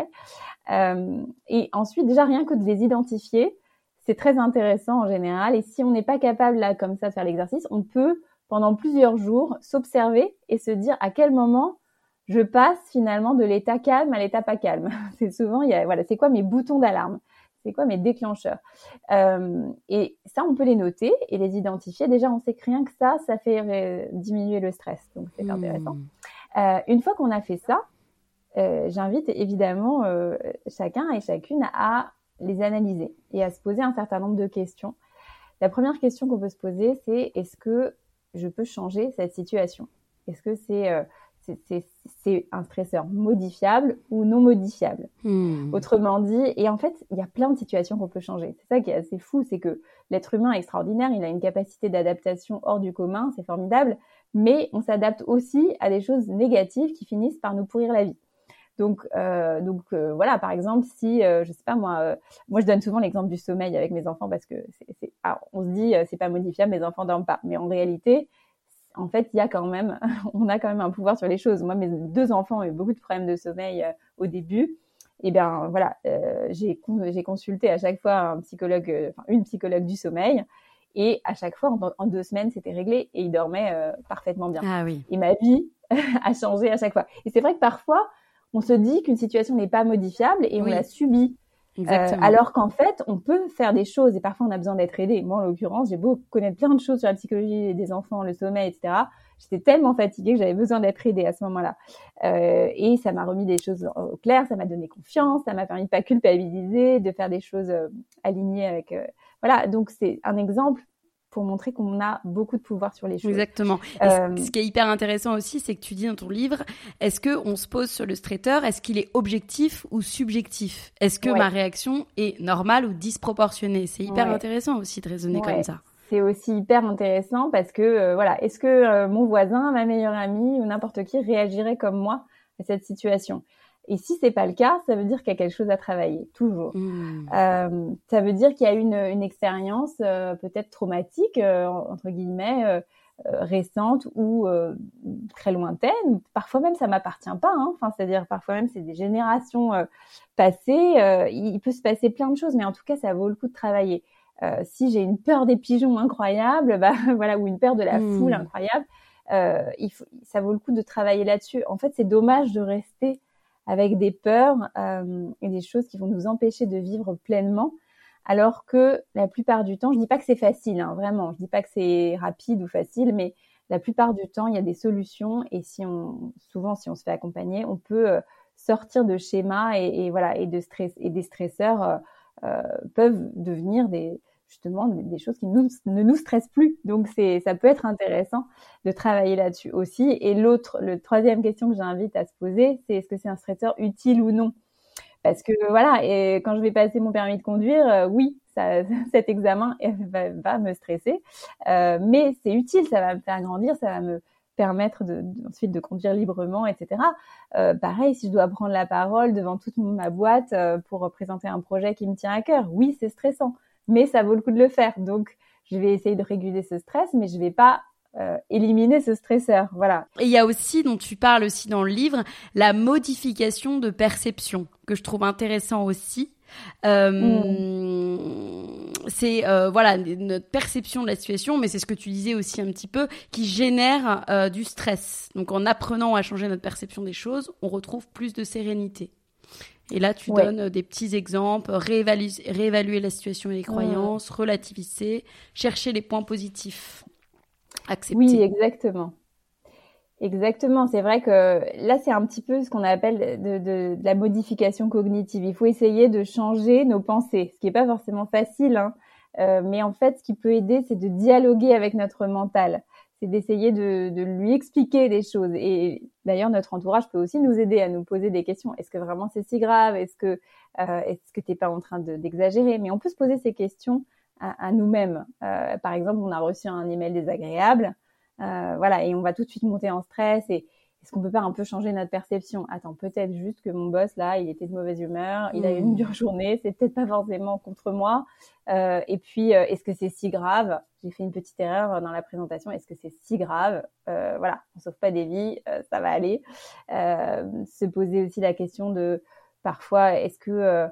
Euh, et ensuite, déjà, rien que de les identifier, c'est très intéressant en général. Et si on n'est pas capable, là, comme ça, de faire l'exercice, on peut pendant plusieurs jours, s'observer et se dire à quel moment je passe finalement de l'état calme à l'état pas calme. C'est souvent, il y a, voilà, c'est quoi mes boutons d'alarme? C'est quoi mes déclencheurs? euh, Et ça, on peut les noter et les identifier. Déjà, on sait que rien que ça, ça fait euh, diminuer le stress. Donc, c'est mmh. intéressant. Euh, une fois qu'on a fait ça, euh, j'invite évidemment euh, chacun et chacune à les analyser et à se poser un certain nombre de questions. La première question qu'on peut se poser, c'est est-ce que je peux changer cette situation? Est-ce que c'est, euh, c'est, c'est, c'est un stresseur modifiable ou non modifiable? Mmh. Autrement dit, et en fait, il y a plein de situations qu'on peut changer. C'est ça qui est assez fou, c'est que l'être humain est extraordinaire, il a une capacité d'adaptation hors du commun, c'est formidable, mais on s'adapte aussi à des choses négatives qui finissent par nous pourrir la vie. Donc, euh, donc euh, voilà, par exemple, si, euh, je sais pas moi, euh, moi je donne souvent l'exemple du sommeil avec mes enfants parce que c'est, c'est alors, on se dit euh, c'est pas modifiable, mes enfants dorment pas, mais en réalité, en fait, il y a quand même, on a quand même un pouvoir sur les choses. Moi, mes deux enfants ont eu beaucoup de problèmes de sommeil euh, au début. Et bien voilà, euh, j'ai j'ai consulté à chaque fois un psychologue, euh, enfin une psychologue du sommeil. Et à chaque fois, en, en deux semaines, c'était réglé et ils dormaient euh, parfaitement bien. Ah oui. Et ma vie a changé à chaque fois. Et c'est vrai que parfois, on se dit qu'une situation n'est pas modifiable et on oui. la subit. Exactement. Euh, alors qu'en fait, on peut faire des choses et parfois on a besoin d'être aidé. Moi, en l'occurrence, j'ai beau connaître plein de choses sur la psychologie des enfants, le sommeil, et cetera. J'étais tellement fatiguée que j'avais besoin d'être aidée à ce moment-là. Euh, et ça m'a remis des choses au clair, ça m'a donné confiance, ça m'a permis de pas culpabiliser, de faire des choses euh, alignées avec... Euh, voilà, donc c'est un exemple pour montrer qu'on a beaucoup de pouvoir sur les choses. Exactement. Et euh, ce qui est hyper intéressant aussi, c'est que tu dis dans ton livre, est-ce qu'on se pose sur le stresseur, est-ce qu'il est objectif ou subjectif? Est-ce que ouais. ma réaction est normale ou disproportionnée? C'est hyper ouais. intéressant aussi de raisonner ouais. comme ça. C'est aussi hyper intéressant parce que, euh, voilà, est-ce que euh, mon voisin, ma meilleure amie ou n'importe qui réagirait comme moi à cette situation? Et si c'est pas le cas, ça veut dire qu'il y a quelque chose à travailler, toujours. Mmh. Euh, ça veut dire qu'il y a une, une expérience euh, peut-être traumatique, euh, entre guillemets, euh, euh, récente ou euh, très lointaine. Parfois même, ça m'appartient pas. Hein. Enfin, c'est-à-dire parfois même, c'est des générations euh, passées. Euh, il peut se passer plein de choses, mais en tout cas, ça vaut le coup de travailler. Euh, si j'ai une peur des pigeons incroyable, bah voilà, ou une peur de la mmh. foule incroyable, euh, il faut, ça vaut le coup de travailler là-dessus. En fait, c'est dommage de rester avec des peurs euh, et des choses qui vont nous empêcher de vivre pleinement, alors que la plupart du temps, je dis pas que c'est facile, hein, vraiment, je dis pas que c'est rapide ou facile, mais la plupart du temps, il y a des solutions et si on, souvent, si on se fait accompagner, on peut euh, sortir de schémas et, et voilà et de stress et des stresseurs euh, euh, peuvent devenir des justement des choses qui nous, ne nous stressent plus. Donc c'est, ça peut être intéressant de travailler là-dessus aussi. Et l'autre, le troisième question que j'invite à se poser, c'est est-ce que c'est un stresseur utile ou non? Parce que voilà, et quand je vais passer mon permis de conduire, euh, oui, ça, cet examen va, va me stresser, euh, mais c'est utile, ça va me faire grandir, ça va me permettre de, de, ensuite de conduire librement, et cetera. Euh, pareil, si je dois prendre la parole devant toute ma boîte euh, pour présenter un projet qui me tient à cœur, oui, c'est stressant, mais ça vaut le coup de le faire. Donc, je vais essayer de réguler ce stress, mais je vais pas euh, éliminer ce stresseur. Voilà. Et il y a aussi, dont tu parles aussi dans le livre, la modification de perception, que je trouve intéressant aussi. Euh, mmh. C'est euh, voilà notre perception de la situation, mais c'est ce que tu disais aussi un petit peu, qui génère euh, du stress. Donc en apprenant à changer notre perception des choses, on retrouve plus de sérénité. Et là, tu ouais. donnes des petits exemples, réévaluer, réévaluer la situation et les croyances, mmh. relativiser, chercher les points positifs, accepter. Oui, exactement. Exactement, c'est vrai que là c'est un petit peu ce qu'on appelle de, de, de la modification cognitive. Il faut essayer de changer nos pensées, ce qui est pas forcément facile, hein. Euh, mais en fait ce qui peut aider c'est de dialoguer avec notre mental, c'est d'essayer de, de lui expliquer des choses. Et d'ailleurs notre entourage peut aussi nous aider à nous poser des questions. Est-ce que vraiment c'est si grave ? Est-ce que euh, est-ce que t'es pas en train de, d'exagérer ? Mais on peut se poser ces questions à, à nous-mêmes. Euh, par exemple, on a reçu un email désagréable. Euh, voilà, et on va tout de suite monter en stress. Et est-ce qu'on peut pas un peu changer notre perception ? Attends, peut-être juste que mon boss là, il était de mauvaise humeur, il a eu une dure journée, c'est peut-être pas forcément contre moi. Euh, et puis, euh, est-ce que c'est si grave ? J'ai fait une petite erreur dans la présentation. Est-ce que c'est si grave ? euh, Voilà, on sauve pas des vies, euh, ça va aller. Euh, se poser aussi la question de parfois, est-ce que euh,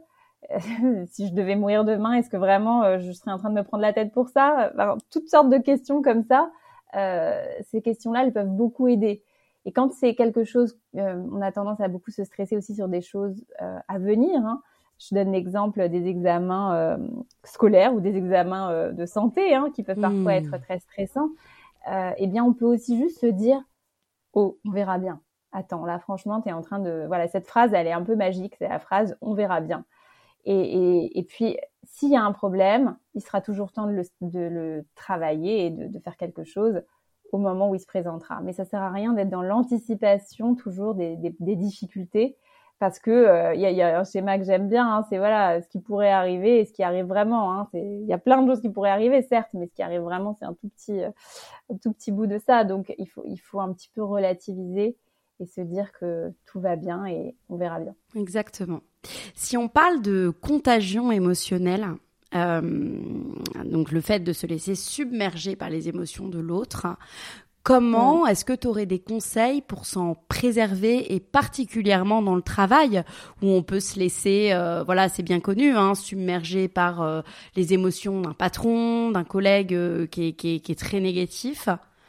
si je devais mourir demain, est-ce que vraiment euh, je serais en train de me prendre la tête pour ça ? Enfin, toutes sortes de questions comme ça. Euh, ces questions-là, elles peuvent beaucoup aider. Et quand c'est quelque chose, euh, on a tendance à beaucoup se stresser aussi sur des choses euh, à venir, hein. Je donne l'exemple des examens euh, scolaires ou des examens euh, de santé, hein, qui peuvent parfois mmh. être très stressants. Euh, eh bien, on peut aussi juste se dire « Oh, on verra bien. Attends, là, franchement, t'es en train de… » Voilà, cette phrase, elle est un peu magique. C'est la phrase « On verra bien ». Et, et, et puis, s'il y a un problème, il sera toujours temps de le, de le travailler et de, de faire quelque chose au moment où il se présentera. Mais ça sert à rien d'être dans l'anticipation toujours des, des, des difficultés, parce que euh, y a, y a un schéma que j'aime bien, hein, c'est voilà ce qui pourrait arriver et ce qui arrive vraiment. Hein, c'est, y a plein de choses qui pourraient arriver, certes, mais ce qui arrive vraiment, c'est un tout petit, euh, un tout petit bout de ça. Donc, il faut, il faut un petit peu relativiser et se dire que tout va bien et on verra bien. Exactement. Si on parle de contagion émotionnelle, euh, donc le fait de se laisser submerger par les émotions de l'autre, comment mmh. est-ce que tu aurais des conseils pour s'en préserver, et particulièrement dans le travail où on peut se laisser, euh, voilà, c'est bien connu, hein, submerger par euh, les émotions d'un patron, d'un collègue euh, qui, est, qui, est, qui est très négatif.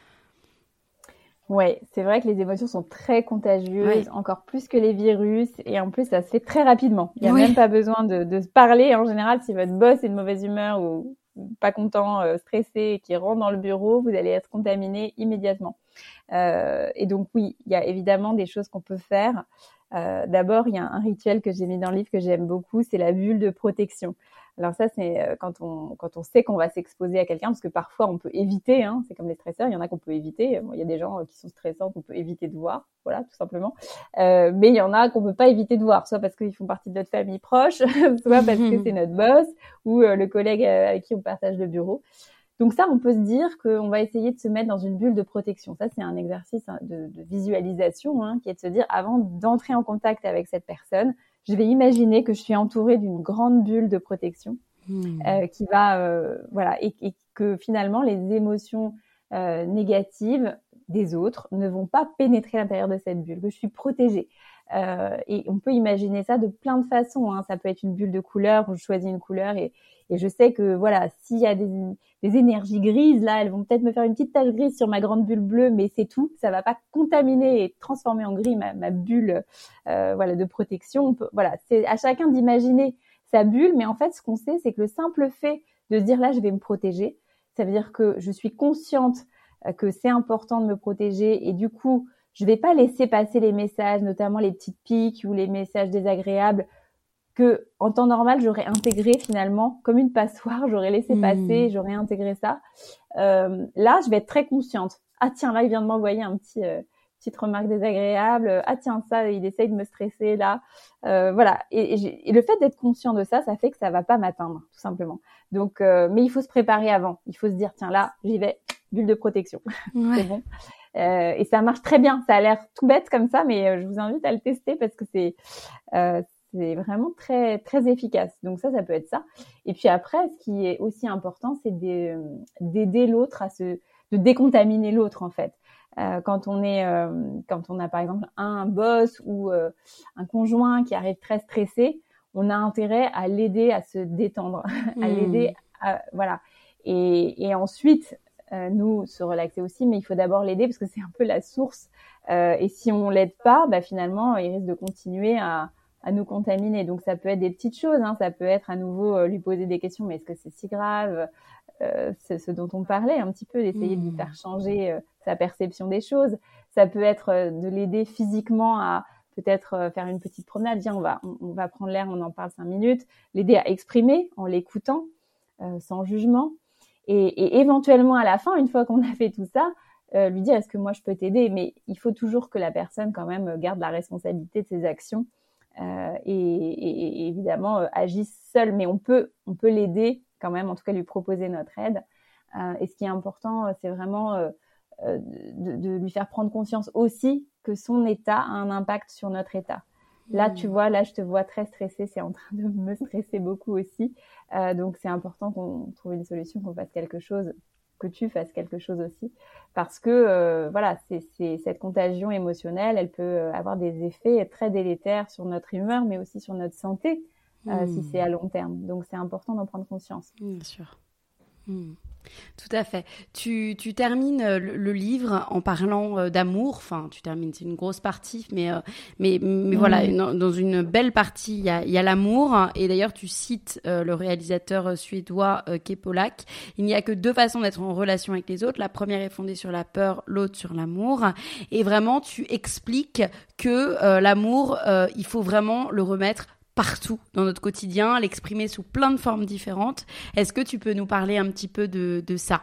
Ouais, c'est vrai que les émotions sont très contagieuses, ouais. encore plus que les virus, et en plus ça se fait très rapidement. Il n'y a oui. même pas besoin de, de se parler. En général, si votre boss est de mauvaise humeur ou pas content, euh, stressé, et qui rentre dans le bureau, vous allez être contaminé immédiatement. Euh, et donc oui, il y a évidemment des choses qu'on peut faire. Euh, d'abord, il y a un rituel que j'ai mis dans le livre que j'aime beaucoup, c'est la bulle de protection. Alors ça, c'est quand on quand on sait qu'on va s'exposer à quelqu'un, parce que parfois on peut éviter, hein, c'est comme les stresseurs, il y en a qu'on peut éviter. Bon, il y a des gens qui sont stressants qu'on peut éviter de voir, voilà, tout simplement. Euh, mais il y en a qu'on peut pas éviter de voir, soit parce qu'ils font partie de notre famille proche, soit parce que c'est notre boss ou euh, le collègue avec qui on partage le bureau. Donc ça, on peut se dire qu'on va essayer de se mettre dans une bulle de protection. Ça, c'est un exercice de, de visualisation, hein, qui est de se dire, avant d'entrer en contact avec cette personne, je vais imaginer que je suis entourée d'une grande bulle de protection mmh. euh, qui va, euh, voilà, et, et que finalement les émotions euh, négatives des autres ne vont pas pénétrer l'intérieur de cette bulle, que je suis protégée. Euh, et on peut imaginer ça de plein de façons, hein. Ça peut être une bulle de couleur où je choisis une couleur et, et je sais que voilà, s'il y a des, des énergies grises, là, elles vont peut-être me faire une petite tache grise sur ma grande bulle bleue, mais c'est tout. Ça va pas contaminer et transformer en gris ma, ma bulle, euh, voilà, de protection. On peut, voilà, c'est à chacun d'imaginer sa bulle, mais en fait, ce qu'on sait, c'est que le simple fait de se dire là, je vais me protéger, ça veut dire que je suis consciente que c'est important de me protéger et du coup, je vais pas laisser passer les messages, notamment les petites piques ou les messages désagréables que, en temps normal, j'aurais intégré finalement comme une passoire. J'aurais laissé mmh. passer, j'aurais intégré ça. Euh, là, je vais être très consciente. Ah tiens, là, il vient de m'envoyer un petit, euh, petite remarque désagréable. Ah tiens, ça, il essaye de me stresser là. Euh, voilà. Et, et, et le fait d'être conscient de ça, ça fait que ça va pas m'atteindre, tout simplement. Donc, euh, mais il faut se préparer avant. Il faut se dire, tiens là, j'y vais, bulle de protection. Ouais. C'est bon. Euh, et ça marche très bien. Ça a l'air tout bête comme ça, mais euh, je vous invite à le tester parce que c'est euh, c'est vraiment très très efficace. Donc ça, ça peut être ça. Et puis après, ce qui est aussi important, c'est d'aider l'autre à se de décontaminer l'autre en fait. Euh, quand on est, euh, quand on a par exemple un boss ou euh, un conjoint qui arrive très stressé, on a intérêt à l'aider à se détendre, mmh. à l'aider, à, voilà. Et, et ensuite, euh, nous se relaxer aussi, mais il faut d'abord l'aider parce que c'est un peu la source. Euh, et si on l'aide pas, bah finalement, il risque de continuer à, à nous contaminer. Donc ça peut être des petites choses, hein, ça peut être à nouveau euh, lui poser des questions, mais est-ce que c'est si grave? Euh, c'est ce dont on parlait un petit peu, d'essayer mmh. de lui faire changer euh, sa perception des choses. Ça peut être euh, de l'aider physiquement à peut-être euh, faire une petite promenade. Viens, on va, on, on va prendre l'air, on en parle cinq minutes. L'aider à exprimer en l'écoutant, euh, sans jugement. Et, et éventuellement, à la fin, une fois qu'on a fait tout ça, euh, lui dire, est-ce que moi, je peux t'aider? Mais il faut toujours que la personne, quand même, garde la responsabilité de ses actions euh, et, et, et évidemment, euh, agisse seule. Mais on peut, on peut l'aider quand même, en tout cas lui proposer notre aide. Euh, et ce qui est important, c'est vraiment euh, de, de lui faire prendre conscience aussi que son état a un impact sur notre état. Là, mmh. tu vois, là, je te vois très stressée, c'est en train de me stresser beaucoup aussi. Euh, donc, c'est important qu'on trouve une solution, qu'on fasse quelque chose, que tu fasses quelque chose aussi. Parce que, euh, voilà, c'est, c'est, cette contagion émotionnelle, elle peut avoir des effets très délétères sur notre humeur, mais aussi sur notre santé. Euh, mmh. si c'est à long terme. Donc, c'est important d'en prendre conscience. Bien sûr. Mmh. Tout à fait. Tu, tu termines le, le livre en parlant euh, d'amour. Enfin, tu termines, c'est une grosse partie, mais, euh, mais, mais mmh. voilà, dans, dans une belle partie, il y a, il y a l'amour. Et d'ailleurs, tu cites euh, le réalisateur suédois euh, Kepolak. Il n'y a que deux façons d'être en relation avec les autres. La première est fondée sur la peur, l'autre sur l'amour. Et vraiment, tu expliques que euh, l'amour, euh, il faut vraiment le remettre partout dans notre quotidien, l'exprimer sous plein de formes différentes. Est-ce que tu peux nous parler un petit peu de, de ça?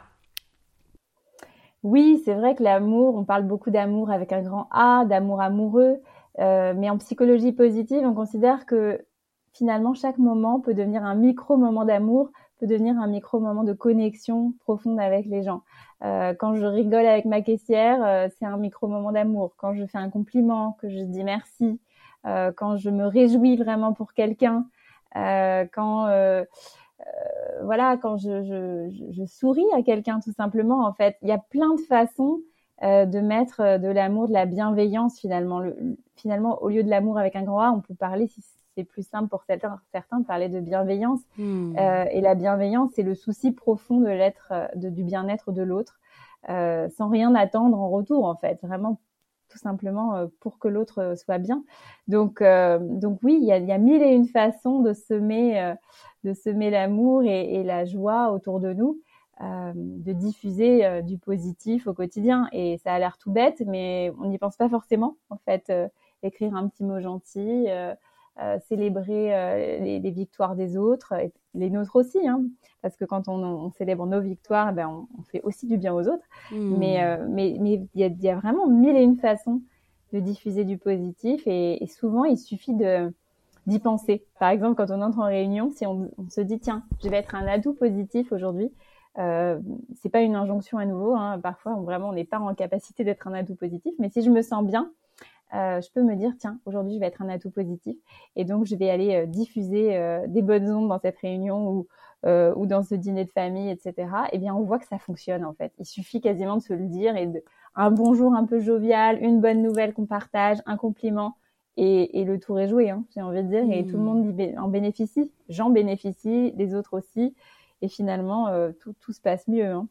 Oui, c'est vrai que l'amour, on parle beaucoup d'amour avec un grand A, d'amour amoureux, euh, mais en psychologie positive, on considère que finalement, chaque moment peut devenir un micro-moment d'amour, peut devenir un micro-moment de connexion profonde avec les gens. Euh, quand je rigole avec ma caissière, euh, c'est un micro-moment d'amour. Quand je fais un compliment, que je dis merci, Euh, quand je me réjouis vraiment pour quelqu'un, euh, quand euh, euh, voilà, quand je, je, je souris à quelqu'un tout simplement. En fait, il y a plein de façons euh, de mettre de l'amour, de la bienveillance finalement. Le, finalement, au lieu de l'amour avec un grand A, on peut parler, si c'est plus simple pour certains, certains de parler de bienveillance. Mmh. Euh, et la bienveillance, c'est le souci profond de l'être, de, du bien-être de l'autre, euh, sans rien attendre en retour en fait. Vraiment. Tout simplement euh, pour que l'autre euh, soit bien. Donc, euh, donc oui, il y a, il y a mille et une façons de semer, euh, de semer l'amour et, et la joie autour de nous, euh, de diffuser euh, du positif au quotidien. Et ça a l'air tout bête, mais on n'y pense pas forcément. En fait, euh, écrire un petit mot gentil, euh, euh, célébrer euh, les, les victoires des autres, et les nôtres aussi, hein, parce que quand on, on célèbre nos victoires, ben on, on fait aussi du bien aux autres. Mmh. Mais euh, mais mais il y a, y a vraiment mille et une façons de diffuser du positif, et, et souvent il suffit de d'y penser. Par exemple, quand on entre en réunion, si on, on se dit tiens, je vais être un atout positif aujourd'hui. Euh, c'est pas une injonction à nouveau, hein. Parfois on, vraiment on n'est pas en capacité d'être un atout positif, mais si je me sens bien, Euh, je peux me dire, tiens, aujourd'hui, je vais être un atout positif. Et donc, je vais aller euh, diffuser euh, des bonnes ondes dans cette réunion ou, euh, ou dans ce dîner de famille, et cetera. Eh bien, on voit que ça fonctionne, en fait. Il suffit quasiment de se le dire et de, un bonjour un peu jovial, une bonne nouvelle qu'on partage, un compliment. Et, et le tour est joué, hein, j'ai envie de dire. Mmh. Et tout le monde en bénéficie. J'en bénéficie, les autres aussi. Et finalement, euh, tout, tout se passe mieux, hein.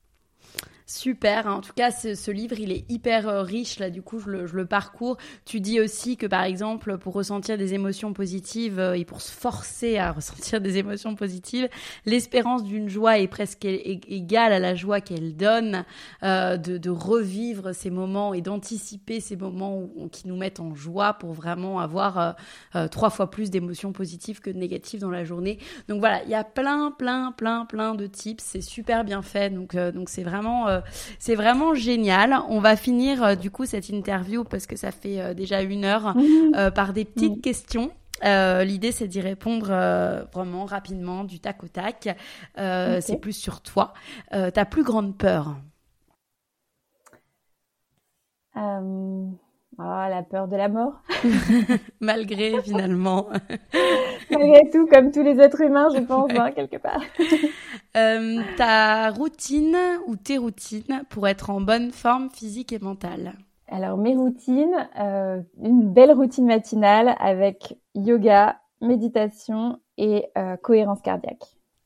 Super, en tout cas ce, ce livre il est hyper euh, riche, là du coup je le, je le parcours. Tu dis aussi que par exemple pour ressentir des émotions positives euh, et pour se forcer à ressentir des émotions positives, l'espérance d'une joie est presque é- égale à la joie qu'elle donne, euh, de, de revivre ces moments et d'anticiper ces moments où, qui nous mettent en joie pour vraiment avoir euh, euh, trois fois plus d'émotions positives que de négatives dans la journée. Donc voilà, il y a plein plein plein plein de tips, c'est super bien fait, donc, euh, donc c'est vraiment... Euh, euh, c'est vraiment génial. On va finir euh, du coup cette interview parce que ça fait euh, déjà une heure mmh. euh, par des petites mmh. questions. Euh, l'idée, c'est d'y répondre euh, vraiment rapidement, du tac au tac. Euh, okay. C'est plus sur toi. Euh, ta plus grande peur? euh... Oh, la peur de la mort. Malgré, finalement. Malgré tout, comme tous les êtres humains, je pense, ouais. hein, quelque part. euh, ta routine ou tes routines pour être en bonne forme physique et mentale? Alors, mes routines, euh, une belle routine matinale avec yoga, méditation et euh, cohérence cardiaque.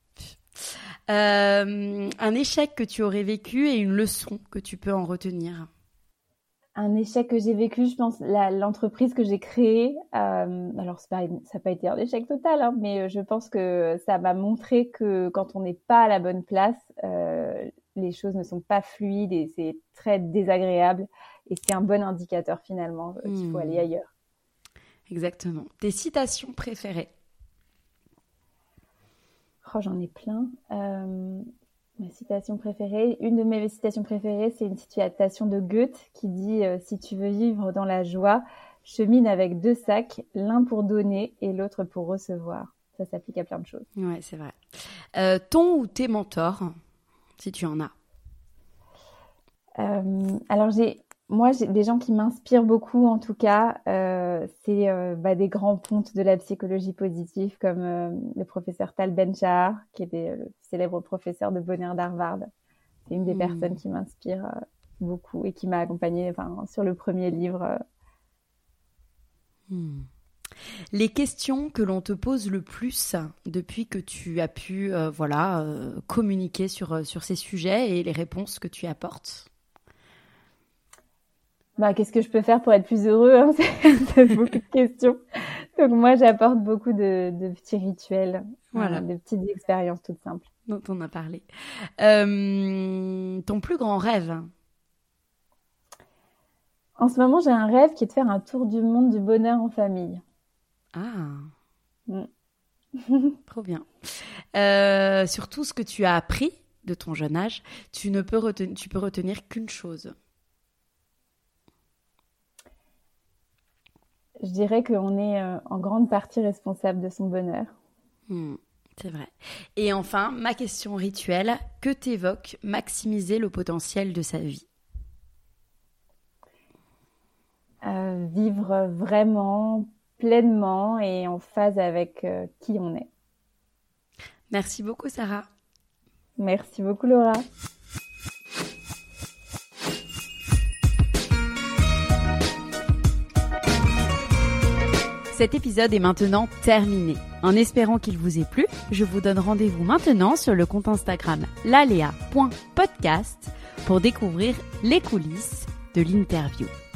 Euh, un échec que tu aurais vécu et une leçon que tu peux en retenir? Un échec que j'ai vécu, je pense, la, l'entreprise que j'ai créée, euh, alors c'est pas, ça n'a pas été un échec total, hein, mais je pense que ça m'a montré que quand on n'est pas à la bonne place, euh, les choses ne sont pas fluides et c'est très désagréable. Et c'est un bon indicateur finalement euh, qu'il faut mmh. aller ailleurs. Exactement. Tes citations préférées? Oh, j'en ai plein. Euh, ma citation préférée, une de mes citations préférées, c'est une citation de Goethe qui dit euh, « Si tu veux vivre dans la joie, chemine avec deux sacs, l'un pour donner et l'autre pour recevoir. » Ça s'applique à plein de choses. Ouais, c'est vrai. Euh, ton ou tes mentors, si tu en as? euh, Alors, j'ai... Moi, j'ai des gens qui m'inspirent beaucoup, en tout cas, euh, c'est euh, bah, des grands pontes de la psychologie positive, comme euh, le professeur Tal Ben-Shahar, qui est des, le célèbre professeur de bonheur d'Harvard. C'est une des mmh. personnes qui m'inspire euh, beaucoup et qui m'a accompagnée enfin, sur le premier livre. Euh. Mmh. Les questions que l'on te pose le plus depuis que tu as pu euh, voilà, euh, communiquer sur, sur ces sujets et les réponses que tu apportes? Bah, qu'est-ce que je peux faire pour être plus heureux, hein, c'est, c'est beaucoup de questions. Donc moi, j'apporte beaucoup de, de petits rituels, voilà. euh, de petites expériences toutes simples. Dont on a parlé. Euh, ton plus grand rêve? En ce moment, j'ai un rêve qui est de faire un tour du monde du bonheur en famille. Ah, mm. Trop bien. Euh, sur tout ce que tu as appris de ton jeune âge, tu ne peux retenir, tu peux retenir qu'une chose. Je dirais qu'on est euh, en grande partie responsable de son bonheur. Mmh, c'est vrai. Et enfin, ma question rituelle, que t'évoque maximiser le potentiel de sa vie? euh, Vivre vraiment, pleinement et en phase avec euh, qui on est. Merci beaucoup, Sarah. Merci beaucoup, Laura. Cet épisode est maintenant terminé. En espérant qu'il vous ait plu, je vous donne rendez-vous maintenant sur le compte Instagram lalea point podcast pour découvrir les coulisses de l'interview.